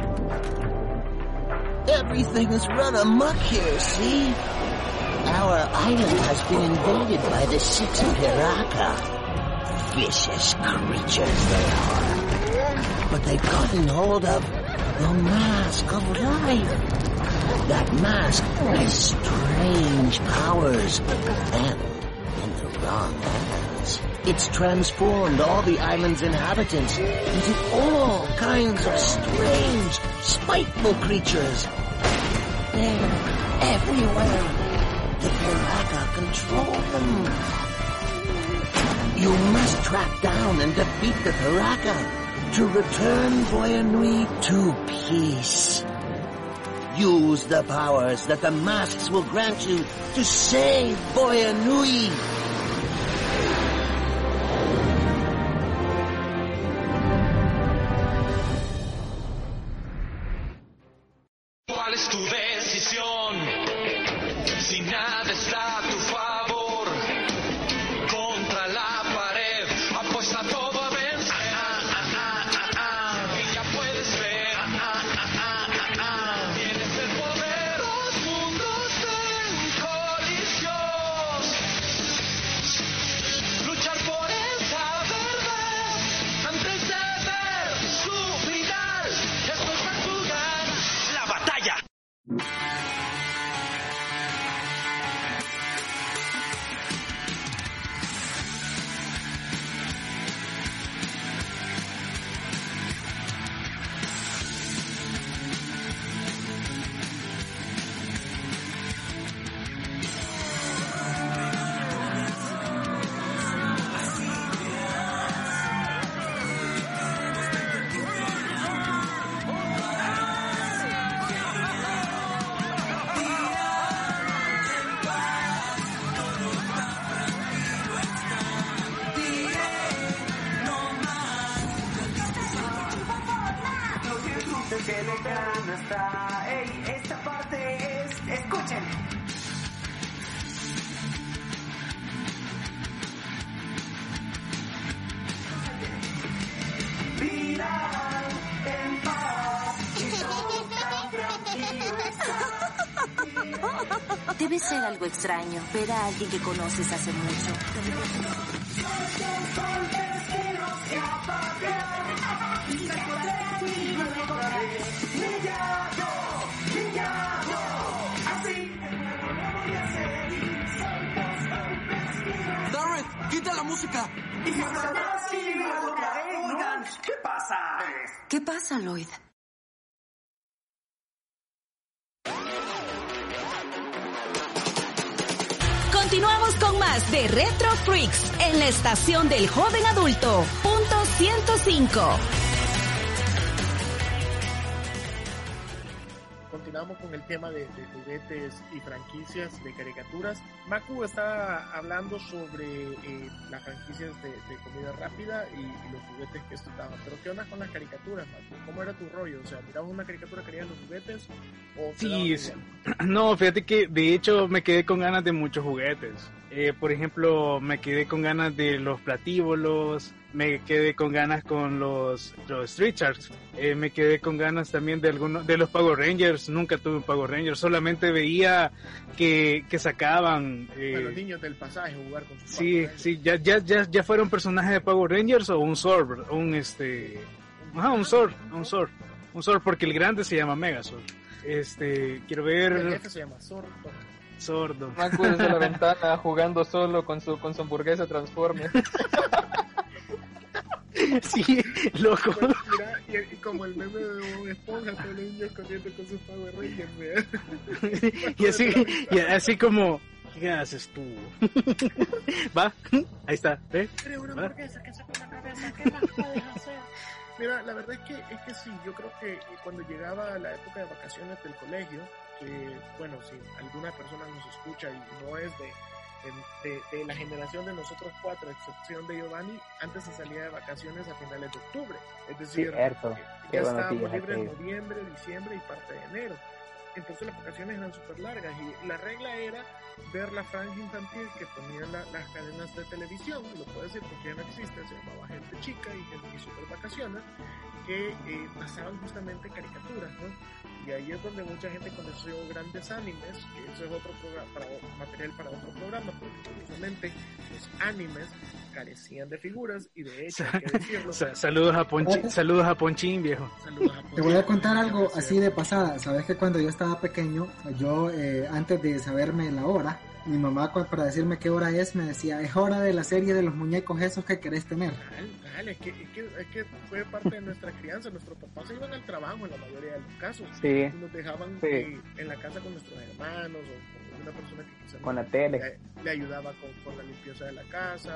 Everything's run amok here, see? Our island has been invaded by the Six Piraka. Vicious creatures they are. But they've gotten hold of the Mask of Life. That mask has strange powers and in the wrong hands. It's transformed all the island's inhabitants into all kinds of strange, spiteful creatures. They're everywhere. The Piraka control them. You must track down and defeat the Piraka to return Voyanui to peace. Use the powers that the masks will grant you to save Voyanui. ¿Cuál es tu decisión? Si nada está a tu favor, contra la pared, apuesta todo a vencer. Y ya puedes ver, tienes el poder, los mundos en colisión. Luchar por esa verdad, antes de ver su final, esto es jugar la batalla. Que lejana está. Ey, esta parte es... Escuchen. Vida en paz. Debe ser algo extraño ver a alguien que conoces hace mucho. Darren, quita la música. Oigan, ¿qué pasa? ¿Qué pasa, Lloyd? Continuamos con más de Retro Freaks en la estación del joven adulto, punto 105. Continuamos con el tema de juguetes y franquicias de caricaturas. Maku está hablando sobre las franquicias de comida rápida y los juguetes que esto estaba. Pero ¿qué onda con las caricaturas, Maku? ¿Cómo era tu rollo? O sea, ¿mirabas una caricatura, querías los juguetes? ¿O sí, no, fíjate que de hecho me quedé con ganas de muchos juguetes. Por ejemplo, me quedé con ganas de los platíbolos, me quedé con ganas con los Street Sharks, me quedé con ganas también de algunos de los Power Rangers. Nunca tuve un Power Ranger, solamente veía que sacaban los niños del pasaje jugar con sus sí, ya fueron personajes de Power Rangers o un Zord, un Zord, porque el grande se llama Megazord. Quiero ver. El jefe se llama Sordo. Macu desde la ventana jugando solo con su hamburguesa Transformer. Sí, loco. Pues, mira, Y como el meme de Bob Esponja, todos los niños corriendo con sus Power Rangers, ¿verdad? y así como, ¿qué haces tú? Va, ahí está, ¿ves? Creo una hamburguesa que se pone la cabeza, ¿qué más puedes hacer? Mira, la verdad es que sí, yo creo que cuando llegaba la época de vacaciones del colegio, que bueno, si alguna persona nos escucha y no es de la generación de nosotros cuatro, a excepción de Giovanni, antes se salía de vacaciones a finales de octubre, es decir, ya estábamos libres en noviembre, diciembre y parte de enero. Entonces las vacaciones eran súper largas y la regla era ver la franja infantil que ponían las cadenas de televisión, lo puedo decir porque ya no existe, se llamaba Gente Chica y Super Vacaciones, que pasaban justamente caricaturas, ¿no? Y ahí es donde mucha gente conoció grandes animes, que eso es otro programa, material para otro programa, porque curiosamente los animes carecían de figuras y de hecho hay que decirlo. Saludos a Ponchín, viejo. Saludos a Ponchín. Te voy a contar algo así de pasada. Sabes que cuando yo estaba pequeño, yo antes de saberme la hora, mi mamá para decirme qué hora es me decía, es hora de la serie de los muñecos esos que querés tener. Dale, es que fue parte de nuestra crianza. Nuestros papás se iban al trabajo en la mayoría de los casos. Sí. Y nos dejaban en la casa con nuestros hermanos o con una persona que quizás con la tele le ayudaba con la limpieza de la casa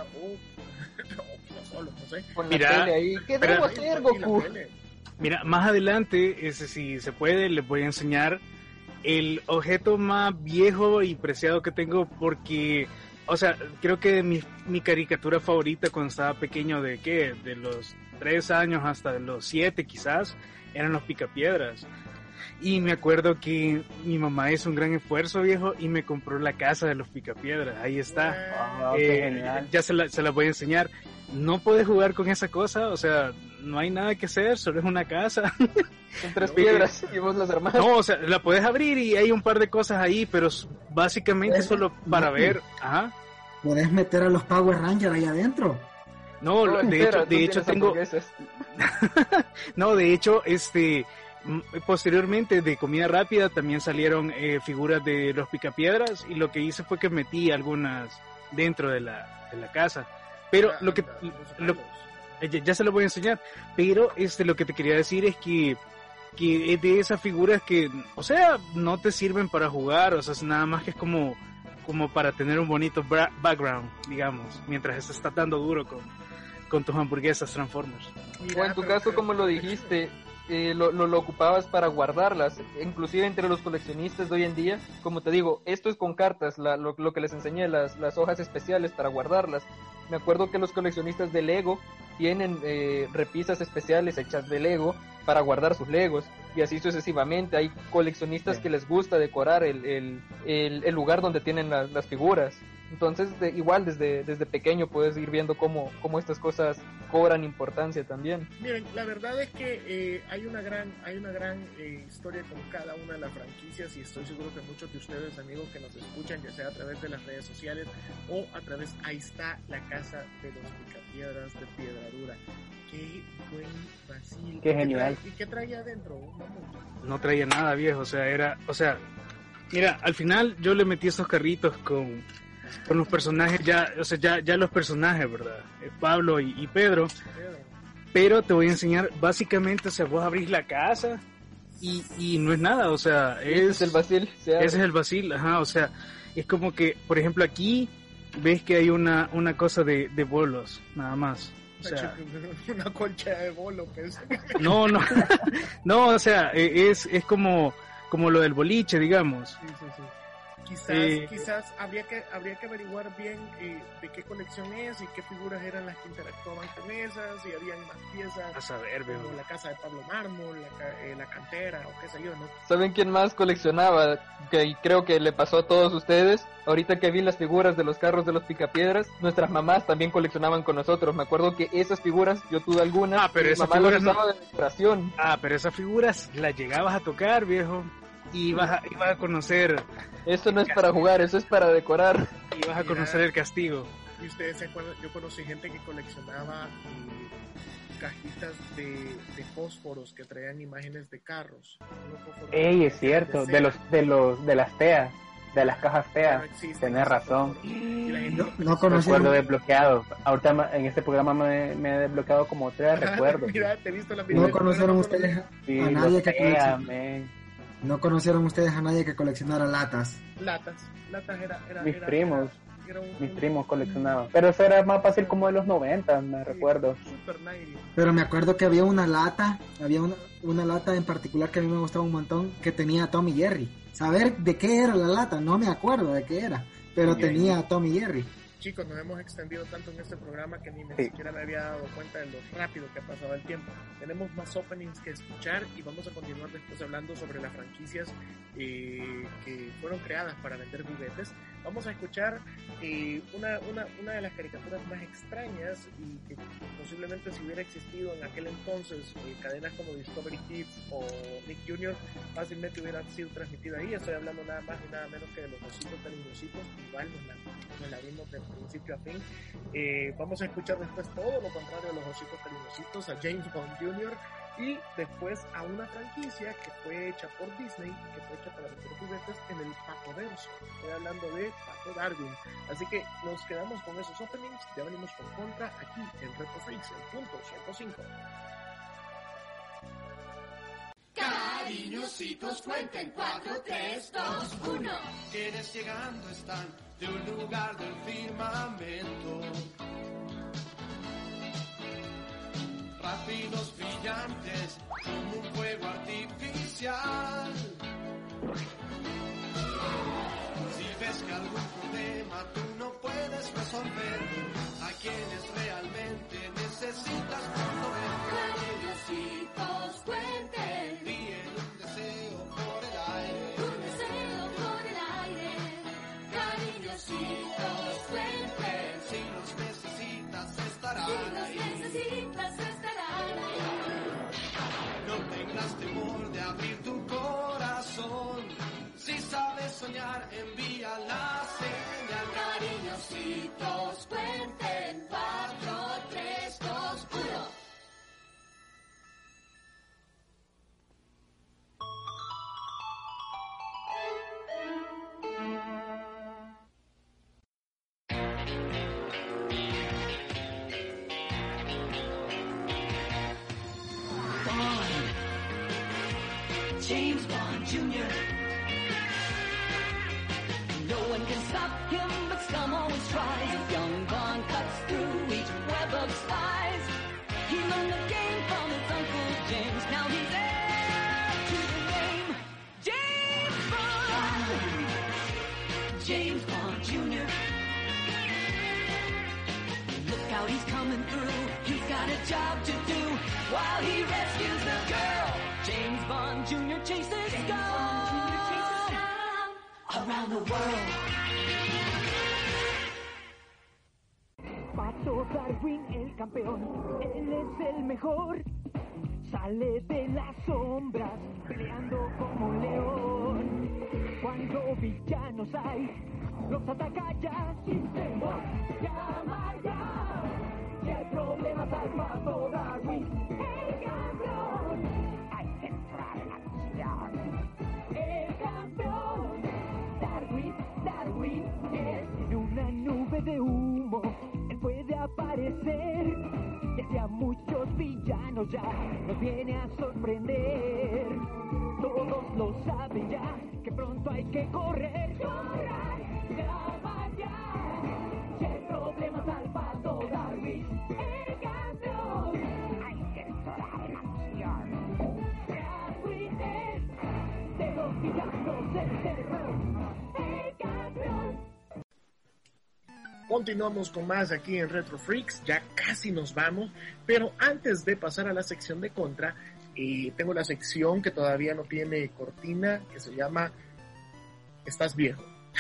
o solo, no sé. Con la tele ahí. ¿Qué debo hacer, Goku? Mira, más adelante, si se puede, les voy a enseñar el objeto más viejo y preciado que tengo porque, o sea, creo que mi caricatura favorita cuando estaba pequeño, de los 3 años hasta los 7 quizás, eran los Picapiedras. Y me acuerdo que mi mamá hizo un gran esfuerzo, viejo, y me compró la casa de los Picapiedras. Ahí está. Ya se la voy a enseñar. No puedes jugar con esa cosa, o sea, no hay nada que hacer, solo es una casa. Son 3 piedras y vos las armás. No, o sea, la puedes abrir y hay un par de cosas ahí, pero básicamente solo para ver. Ajá. ¿Puedes meter a los Power Rangers ahí adentro? No, de hecho tengo... No, de hecho, posteriormente de comida rápida también salieron figuras de los Picapiedras y lo que hice fue que metí algunas dentro de la casa. Pero ya se lo voy a enseñar, pero lo que te quería decir es que es de esas figuras que, o sea, no te sirven para jugar, o sea, es nada más que es como para tener un bonito background, digamos, mientras estás dando duro con tus hamburguesas Transformers. O en tu caso, como lo dijiste, lo ocupabas para guardarlas, inclusive entre los coleccionistas de hoy en día, como te digo, esto es con cartas, lo que les enseñé, las hojas especiales para guardarlas. Me acuerdo que los coleccionistas de Lego tienen repisas especiales hechas de Lego para guardar sus Legos, y así sucesivamente. Hay coleccionistas que les gusta decorar el lugar donde tienen las figuras. Entonces, igual desde pequeño puedes ir viendo cómo estas cosas cobran importancia también. Miren, la verdad es que hay una gran historia con cada una de las franquicias, y estoy seguro que muchos de ustedes, amigos que nos escuchan, ya sea a través de las redes sociales o a través, ahí está la casa de los Picapiedras de Piedradura. Qué buen vacío. Qué genial. ¿Y qué traía adentro? No traía nada, viejo, mira, al final yo le metí estos carritos con los personajes ya los personajes, ¿verdad? Pablo y Pedro. Pero te voy a enseñar, básicamente, o sea, vos abrís la casa y no es nada, o sea, es el vacil. Ese es el vacil, ajá, o sea, es como que, por ejemplo, aquí ves que hay una cosa de bolos, nada más. O sea, una colcha de bolo, pues. No, o sea, es como lo del boliche, digamos. Sí. Quizás habría que averiguar bien de qué colección es y qué figuras eran las que interactuaban con esas, y habían más piezas. A saber, como la casa de Pablo Mármol, la cantera o qué sé yo, ¿no? ¿Saben quién más coleccionaba? Que creo que le pasó a todos ustedes. Ahorita que vi las figuras de los carros de los Picapiedras, nuestras mamás también coleccionaban con nosotros. Me acuerdo que esas figuras, yo tuve algunas, pero esas mamá figuras las usaba de decoración. Pero esas figuras las llegabas a tocar, viejo, y ibas a conocer. Eso no es para jugar, eso es para decorar. Y vas a conocer el castigo. Y ustedes se acuerdan, yo conocí gente que coleccionaba cajitas de fósforos que traían imágenes de carros. Es cierto, de las TEA, de las cajas TEA. Tenés razón. Y la No conocieron. Recuerdo desbloqueado. Ahorita en este programa me he desbloqueado como 3 recuerdos. Mira, te he visto la ¿No conocieron ustedes a nadie que coleccionara? ¿No conocieron ustedes a nadie que coleccionara latas? Latas era mis primos coleccionaban, pero eso era más fácil como de los 90, me recuerdo. Super 90. Pero me acuerdo que había una lata en particular que a mí me gustaba un montón, que tenía Tom y Jerry. Saber de qué era la lata, no me acuerdo de qué era, pero tenía Tom y Jerry. Chicos, nos hemos extendido tanto en este programa que ni siquiera me había dado cuenta de lo rápido que ha pasado el tiempo. Tenemos más openings que escuchar y vamos a continuar después hablando sobre las franquicias que fueron creadas para vender juguetes. Vamos a escuchar una de las caricaturas más extrañas y que posiblemente si hubiera existido en aquel entonces cadenas como Discovery Kids o Nick Jr. fácilmente hubiera sido transmitida ahí. Estoy hablando nada más y nada menos que de los ositos cariñositos. Igual nos la vimos de principio a fin. Vamos a escuchar después todo lo contrario de los ositos cariñositos, a James Bond Jr. y después a una franquicia que fue hecha por Disney y que fue hecha para vender juguetes en el Patoverso. Estoy hablando de Pato Darwin. Así que nos quedamos con esos openings. Ya venimos con Contra aquí en Retro Freaks, el punto 105. Cariñositos, cuenten 4, 3, 2, 1. Quienes llegando están de un lugar del firmamento. Rápidos, brillantes, como un fuego artificial. Si ves que algún problema tú no puedes resolver, a quienes realmente necesitas promover. Cariñositos, cuenten. Ríen un deseo por el aire. Un deseo por el aire. Cariñositos, cuenten. Si los necesitas estarán ahí. Si los necesitas estarán ahí. No tengas temor de abrir tu corazón. Si sabes soñar, envía la señal. Cariñositos, cuenten 4, 3, 2, 1. James Bond Jr. No one can stop him, but some always tries. Young Bond cuts through each web of spies. He learned the game from his Uncle James. Now he's heir to the name James Bond. James Bond Jr. Look out, he's coming through. He's got a job to do while he rescues the girl. James Bond Jr. chases scum around the world. Pato Darwin, el campeón, él es el mejor. Sale de las sombras, peleando como un león. Cuando villanos hay, los ataca ya sin temor. Llama ya, si hay problemas al Pato Darwin, el campeón. Hay que entrar en acción. El campeón, Darwin es en una nube de humo. Él puede aparecer y hacia muchos villanos ya nos viene a sorprender. Todos lo saben ya que pronto hay que correr. Llama ya, si hay problemas al Pato Darwin, el campeón. Hay que entrar en acción. Darwin es de los villanos del terror, el campeón. Continuamos con más aquí en Retro Freaks, ya casi nos vamos, pero antes de pasar a la sección de Contra, tengo la sección que todavía no tiene cortina, que se llama Estás Viejo.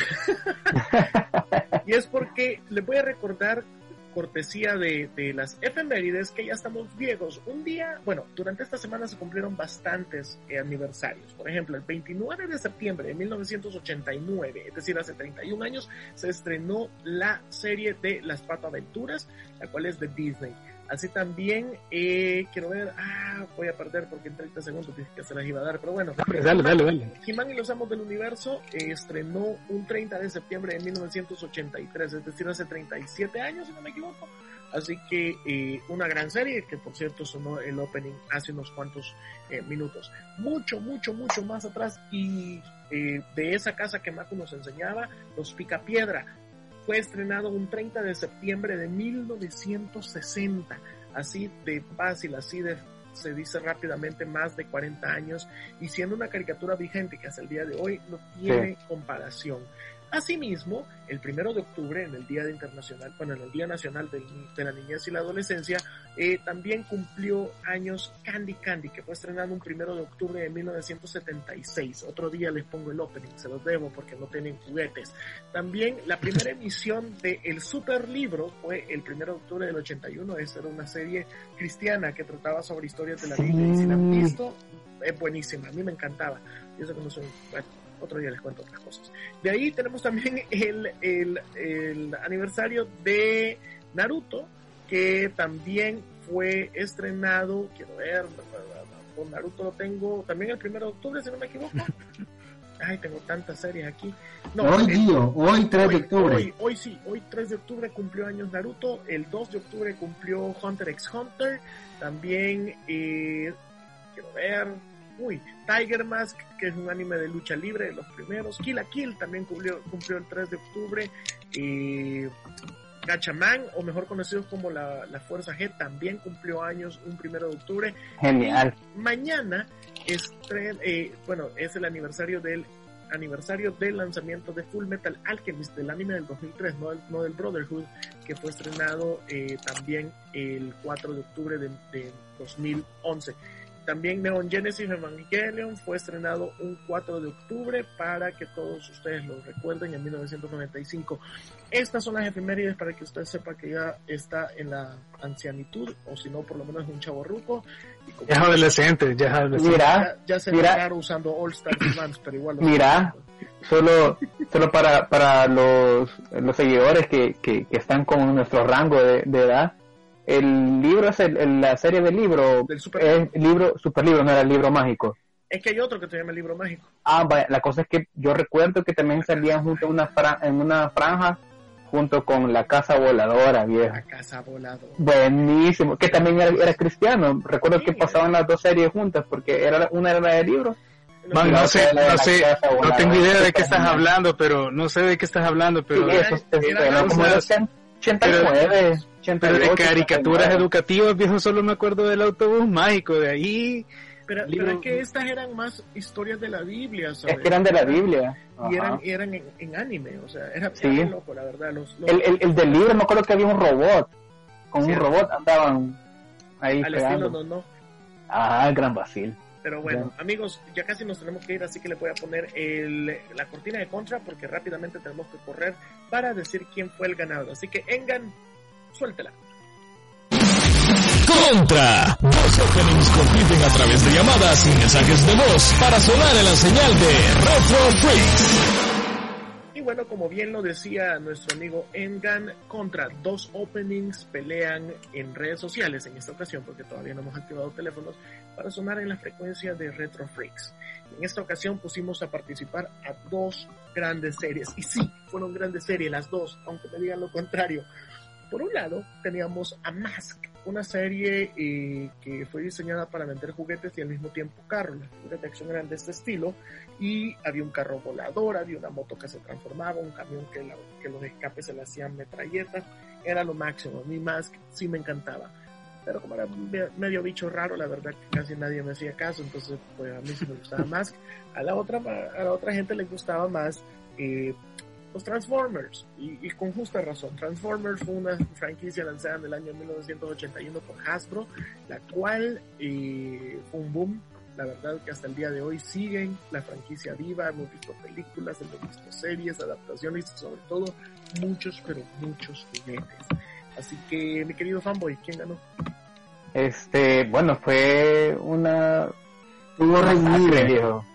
Y es porque les voy a recordar, cortesía de las efemérides, que ya estamos viejos. Un día, bueno, durante esta semana se cumplieron bastantes aniversarios. Por ejemplo, el 29 de septiembre de 1989, es decir, hace 31 años, se estrenó la serie de Las Patoaventuras, la cual es de Disney. Así también, quiero ver, voy a perder porque en 30 segundos dije que se las iba a dar, pero bueno. Dale. He-Man y los Amos del Universo estrenó un 30 de septiembre de 1983, es decir, hace 37 años, si no me equivoco. Así que una gran serie, que por cierto sonó el opening hace unos cuantos minutos. Mucho más atrás, y de esa casa que Maku nos enseñaba, Los Picapiedra, fue estrenado un 30 de septiembre de 1960, así de fácil, se dice rápidamente, más de 40 años, y siendo una caricatura vigente que hasta el día de hoy no tiene comparación. Asimismo, el 1 de octubre, en el Día Nacional de la Niñez y la Adolescencia, también cumplió años Candy Candy, que fue estrenado un 1 de octubre de 1976. Otro día les pongo el opening, se los debo porque no tienen juguetes. También la primera emisión de El Super Libro fue el 1 de octubre del 81. Esta era una serie cristiana que trataba sobre historias de la Biblia, y si la han visto, es buenísima, a mí me encantaba. Y eso que no soy... Bueno, otro día les cuento otras cosas. De ahí tenemos también el aniversario de Naruto, que también fue estrenado, quiero ver, con Naruto lo tengo también el 1 de octubre, si no me equivoco. Ay, tengo tantas series aquí. No, hoy 3 de octubre. Hoy 3 de octubre cumplió años Naruto, el 2 de octubre cumplió Hunter x Hunter, también, quiero ver... Tiger Mask, que es un anime de lucha libre de los primeros. Kill la Kill también cumplió el 3 de octubre. Gatchaman, o mejor conocido como la Fuerza G, también cumplió años un 1 de octubre. Genial. Y mañana es el aniversario del lanzamiento de Full Metal Alchemist, del anime del 2003, no del Brotherhood, que fue estrenado también el 4 de octubre de 2011. También Neon Genesis Evangelion fue estrenado un 4 de octubre para que todos ustedes lo recuerden, en 1995. Estas son las efemérides para que usted sepa que ya está en la ancianitud, o si no, por lo menos es un chavorruco. Ya es adolescente. Ya se ve raro usando All Star Advance, pero igual. Solo para los seguidores que están con nuestro rango de edad. El libro es la serie del libro, es el libro Super Libro, no era el libro mágico. Es que hay otro que se llama el libro mágico. Vaya, la cosa es que yo recuerdo que también salían junto en una franja junto con La Casa Voladora, viejo. La Casa Voladora. Buenísimo, que también era cristiano. Recuerdo que pasaban las dos series juntas, porque una era la de libro. Man, no tengo idea de qué estás hablando, pero no sé de qué estás hablando, pero... Sí, eso como era 89... Pero de caricaturas educativas, viejo, solo me acuerdo del Autobús Mágico, de ahí... Pero es que estas eran más historias de la Biblia, ¿sabes? Es que eran de la Biblia. Y eran en anime, o sea, era bien loco, la verdad. El del libro, me acuerdo que había un robot. Con un robot andaban ahí al pegando. estilo no. El Gran Basil. Pero bueno, amigos, ya casi nos tenemos que ir, así que le voy a poner la cortina de Contra, porque rápidamente tenemos que correr para decir quién fue el ganador. Así que, Engan, suéltela. Contra. Dos openings compiten a través de llamadas y mensajes de voz para sonar en la señal de Retro Freaks. Y bueno, como bien lo decía nuestro amigo Engan, Contra, dos openings pelean en redes sociales en esta ocasión, porque todavía no hemos activado teléfonos, para sonar en la frecuencia de Retro Freaks. En esta ocasión pusimos a participar a dos grandes series, y sí, fueron grandes series las dos, aunque me digan lo contrario. Por un lado, teníamos a Mask, una serie que fue diseñada para vender juguetes y al mismo tiempo carros. Las figuras de acción eran de este estilo, y había un carro volador, había una moto que se transformaba, un camión que los escapes se le hacían metralletas. Era lo máximo. A mí Mask sí me encantaba, pero como era medio bicho raro, la verdad que casi nadie me hacía caso, entonces pues a mí sí me gustaba Mask. A la otra gente le gustaba más los Transformers, y con justa razón. Transformers fue una franquicia lanzada en el año 1981 por Hasbro, la cual fue un boom. La verdad que hasta el día de hoy siguen la franquicia viva. Hemos visto películas, hemos visto series, adaptaciones y sobre todo muchos, pero muchos juguetes. Así que, mi querido fanboy, ¿quién ganó? Bueno, fue una... Tuvo masacre, viejo.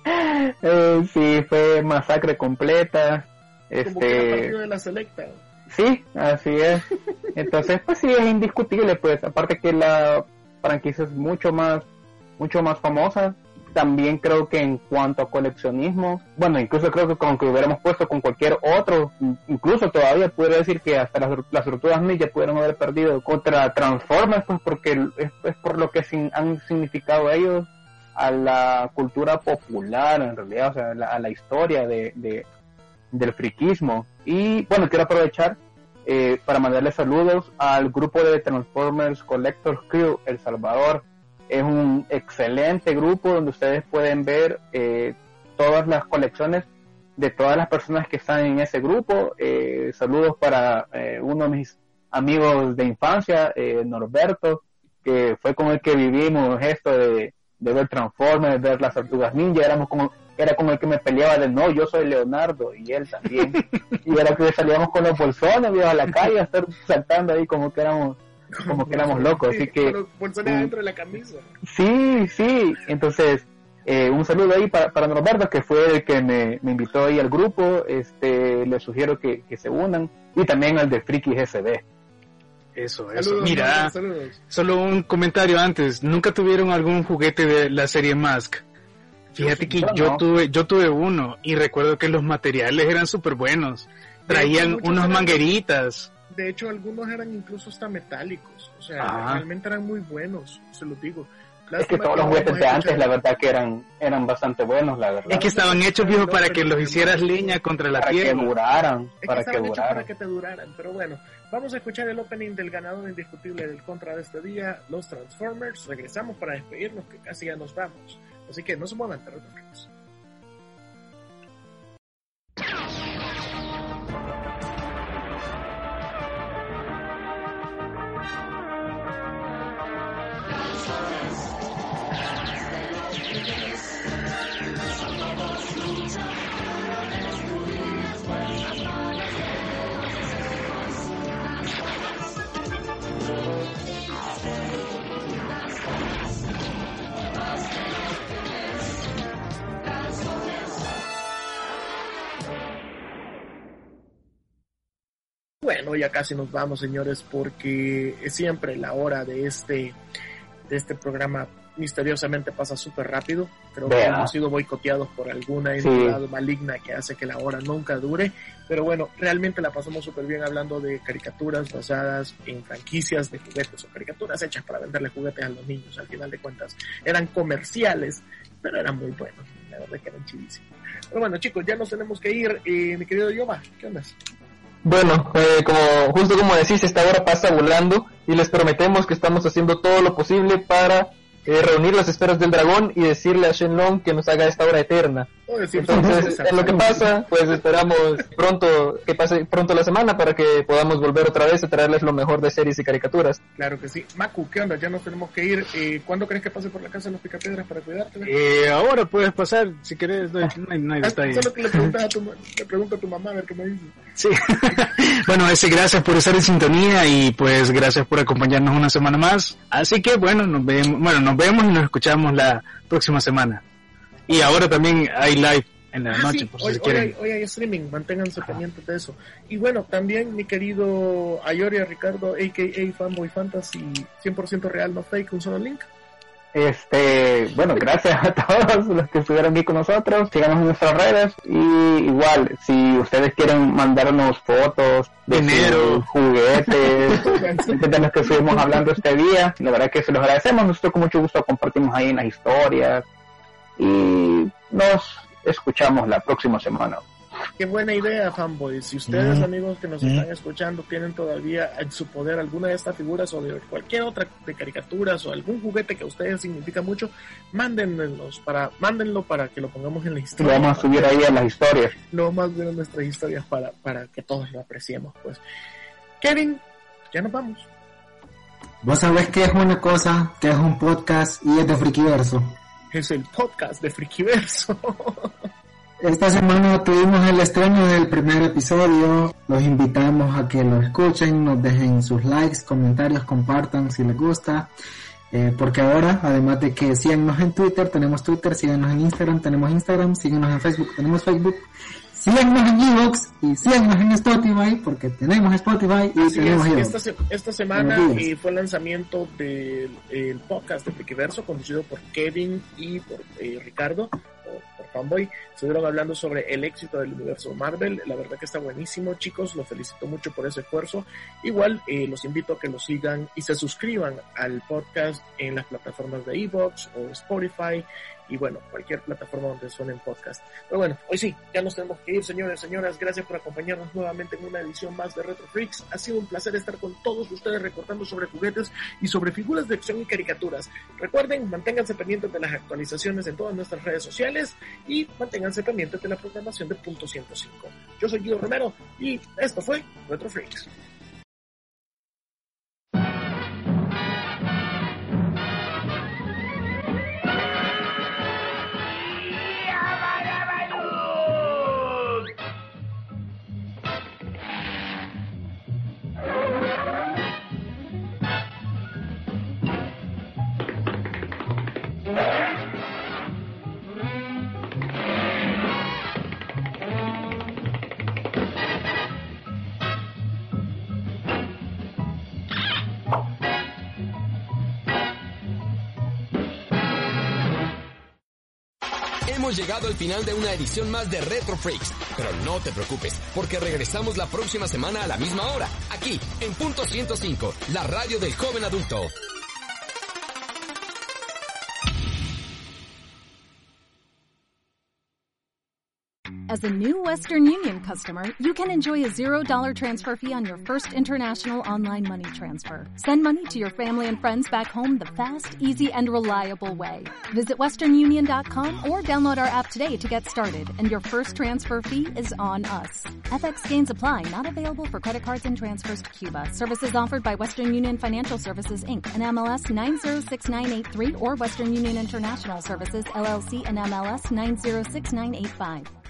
Sí, fue masacre completa. Como que era partido de la selecta. Sí, así es. Entonces, pues sí, es indiscutible, pues, aparte que la franquicia es mucho más famosa. También creo que en cuanto a coleccionismo, bueno, incluso creo que con que hubiéramos puesto con cualquier otro, incluso todavía podría decir que hasta las Tortugas Ninja pudieron haber perdido contra Transformers, pues porque es por lo que han significado ellos a la cultura popular, en realidad, o sea, a la historia del friquismo. Y bueno, quiero aprovechar para mandarle saludos al grupo de Transformers Collector Crew El Salvador. Es un excelente grupo donde ustedes pueden ver todas las colecciones de todas las personas que están en ese grupo. Saludos para uno de mis amigos de infancia, Norberto, que fue con el que vivimos esto de ver Transformers, ver las Tortugas Ninja. Era como el que me peleaba de no, yo soy Leonardo, y él también. Y era que salíamos con los bolsones, a la calle a estar saltando ahí como que éramos locos, así que bolsones dentro de la camisa. Sí, entonces un saludo ahí para Norberto, que fue el que me invitó ahí al grupo. Les sugiero que se unan, y también al de Friki GSD. Eso. Saludos, Mira, saludos. Solo un comentario antes. ¿Nunca tuvieron algún juguete de la serie Mask? Fíjate que yo tuve uno, y recuerdo que los materiales eran súper buenos. Traían unas mangueritas. De hecho, algunos eran incluso hasta metálicos. O sea, realmente eran muy buenos, se los digo. Es que todos los juguetes de antes, la verdad que eran bastante buenos, la verdad. Es que estaban hechos, viejo, para que los hicieras leña contra la piel. Para que duraran. Para que te duraran. Pero bueno, vamos a escuchar el opening del ganador indiscutible del contra de este día, los Transformers. Regresamos para despedirnos, que casi ya nos vamos. Así que no se muevan, terroristas. Bueno, ya casi nos vamos, señores, porque es siempre la hora de este programa misteriosamente pasa súper rápido. Creo que hemos sido boicoteados por alguna entidad maligna que hace que la hora nunca dure. Pero bueno, realmente la pasamos súper bien hablando de caricaturas basadas en franquicias de juguetes o caricaturas hechas para venderle juguetes a los niños. Al final de cuentas, eran comerciales, pero eran muy buenos. La verdad que eran chidísimos. Pero bueno, chicos, ya nos tenemos que ir. Mi querido Yoba, ¿qué onda? Bueno, justo como decís, esta hora pasa volando y les prometemos que estamos haciendo todo lo posible para reunir las esferas del dragón y decirle a Shenlong que nos haga esta hora eterna. Entonces, en lo que pasa, pues esperamos que pase pronto la semana para que podamos volver otra vez a traerles lo mejor de series y caricaturas. Claro que sí. Macu, ¿qué onda? Ya nos tenemos que ir. ¿Cuándo crees que pase por la casa de los Picapiedras para cuidarte? Ahora puedes pasar, si querés, no hay detalle. Solo que le pregunto a tu mamá a ver qué me dice. Sí. Bueno, gracias por estar en sintonía y pues gracias por acompañarnos una semana más. Así que bueno, nos vemos y nos escuchamos la próxima semana. Y ahora también hay live en la noche, por si quieren. Hoy hay streaming, manténganse pendientes de eso. Y bueno, también mi querido Ayoria Ricardo, a.k.a. Fanboy Fantasy, 100% real, no fake, un solo link. Bueno, gracias a todos los que estuvieron aquí con nosotros. Síganos en nuestras redes. Y igual, si ustedes quieren mandarnos fotos de sus juguetes, de los que estuvimos hablando este día, la verdad que se los agradecemos. Nosotros con mucho gusto compartimos ahí en las historias. Y nos escuchamos la próxima semana. Qué buena idea, fanboys. Si ustedes, amigos que nos están escuchando, tienen todavía en su poder alguna de estas figuras o de cualquier otra de caricaturas o algún juguete que a ustedes significa mucho, mándenlo para que lo pongamos en la historia. Lo vamos a subir ahí en las historias. Lo vamos a ver en nuestras historias para que todos lo apreciemos, pues. Kevin, ya nos vamos. Vos sabés que es una cosa, que es un podcast y es de Frikiverso. Es el podcast de Frikiverso. Esta semana tuvimos el estreno del primer episodio. Los invitamos a que lo escuchen, nos dejen sus likes, comentarios, compartan si les gusta. Porque ahora, además de que síganos en Twitter, tenemos Twitter, síganos en Instagram, tenemos Instagram, síganos en Facebook, tenemos Facebook. síganos en Evox y síganos en Spotify, porque tenemos Spotify y Así tenemos es, Evox. esta semana fue el lanzamiento del podcast de Frikiverso, conducido por Kevin y por Ricardo, por Fanboy. Estuvieron hablando sobre el éxito del universo Marvel. La verdad que está buenísimo, chicos. Los felicito mucho por ese esfuerzo. Igual los invito a que los sigan y se suscriban al podcast en las plataformas de Evox o Spotify y bueno, cualquier plataforma donde suenen podcast. Pero bueno, hoy sí, ya nos tenemos que ir, señores, señoras. Gracias por acompañarnos nuevamente en una edición más de Retro Freaks. Ha sido un placer estar con todos ustedes recordando sobre juguetes y sobre figuras de acción y caricaturas. Recuerden, manténganse pendientes de las actualizaciones en todas nuestras redes sociales y manténganse pendientes de la programación de Punto 105. Yo soy Guido Romero y esto fue Retro Freaks. Hemos llegado al final de una edición más de Retro Freaks, pero no te preocupes, porque regresamos la próxima semana a la misma hora, aquí en Punto 105, la radio del joven adulto. As a new Western Union customer, you can enjoy a $0 transfer fee on your first international online money transfer. Send money to your family and friends back home the fast, easy, and reliable way. Visit westernunion.com or download our app today to get started, and your first transfer fee is on us. FX gains apply, not available for credit cards and transfers to Cuba. Services offered by Western Union Financial Services, Inc., and MLS 906983, or Western Union International Services, LLC, and MLS 906985.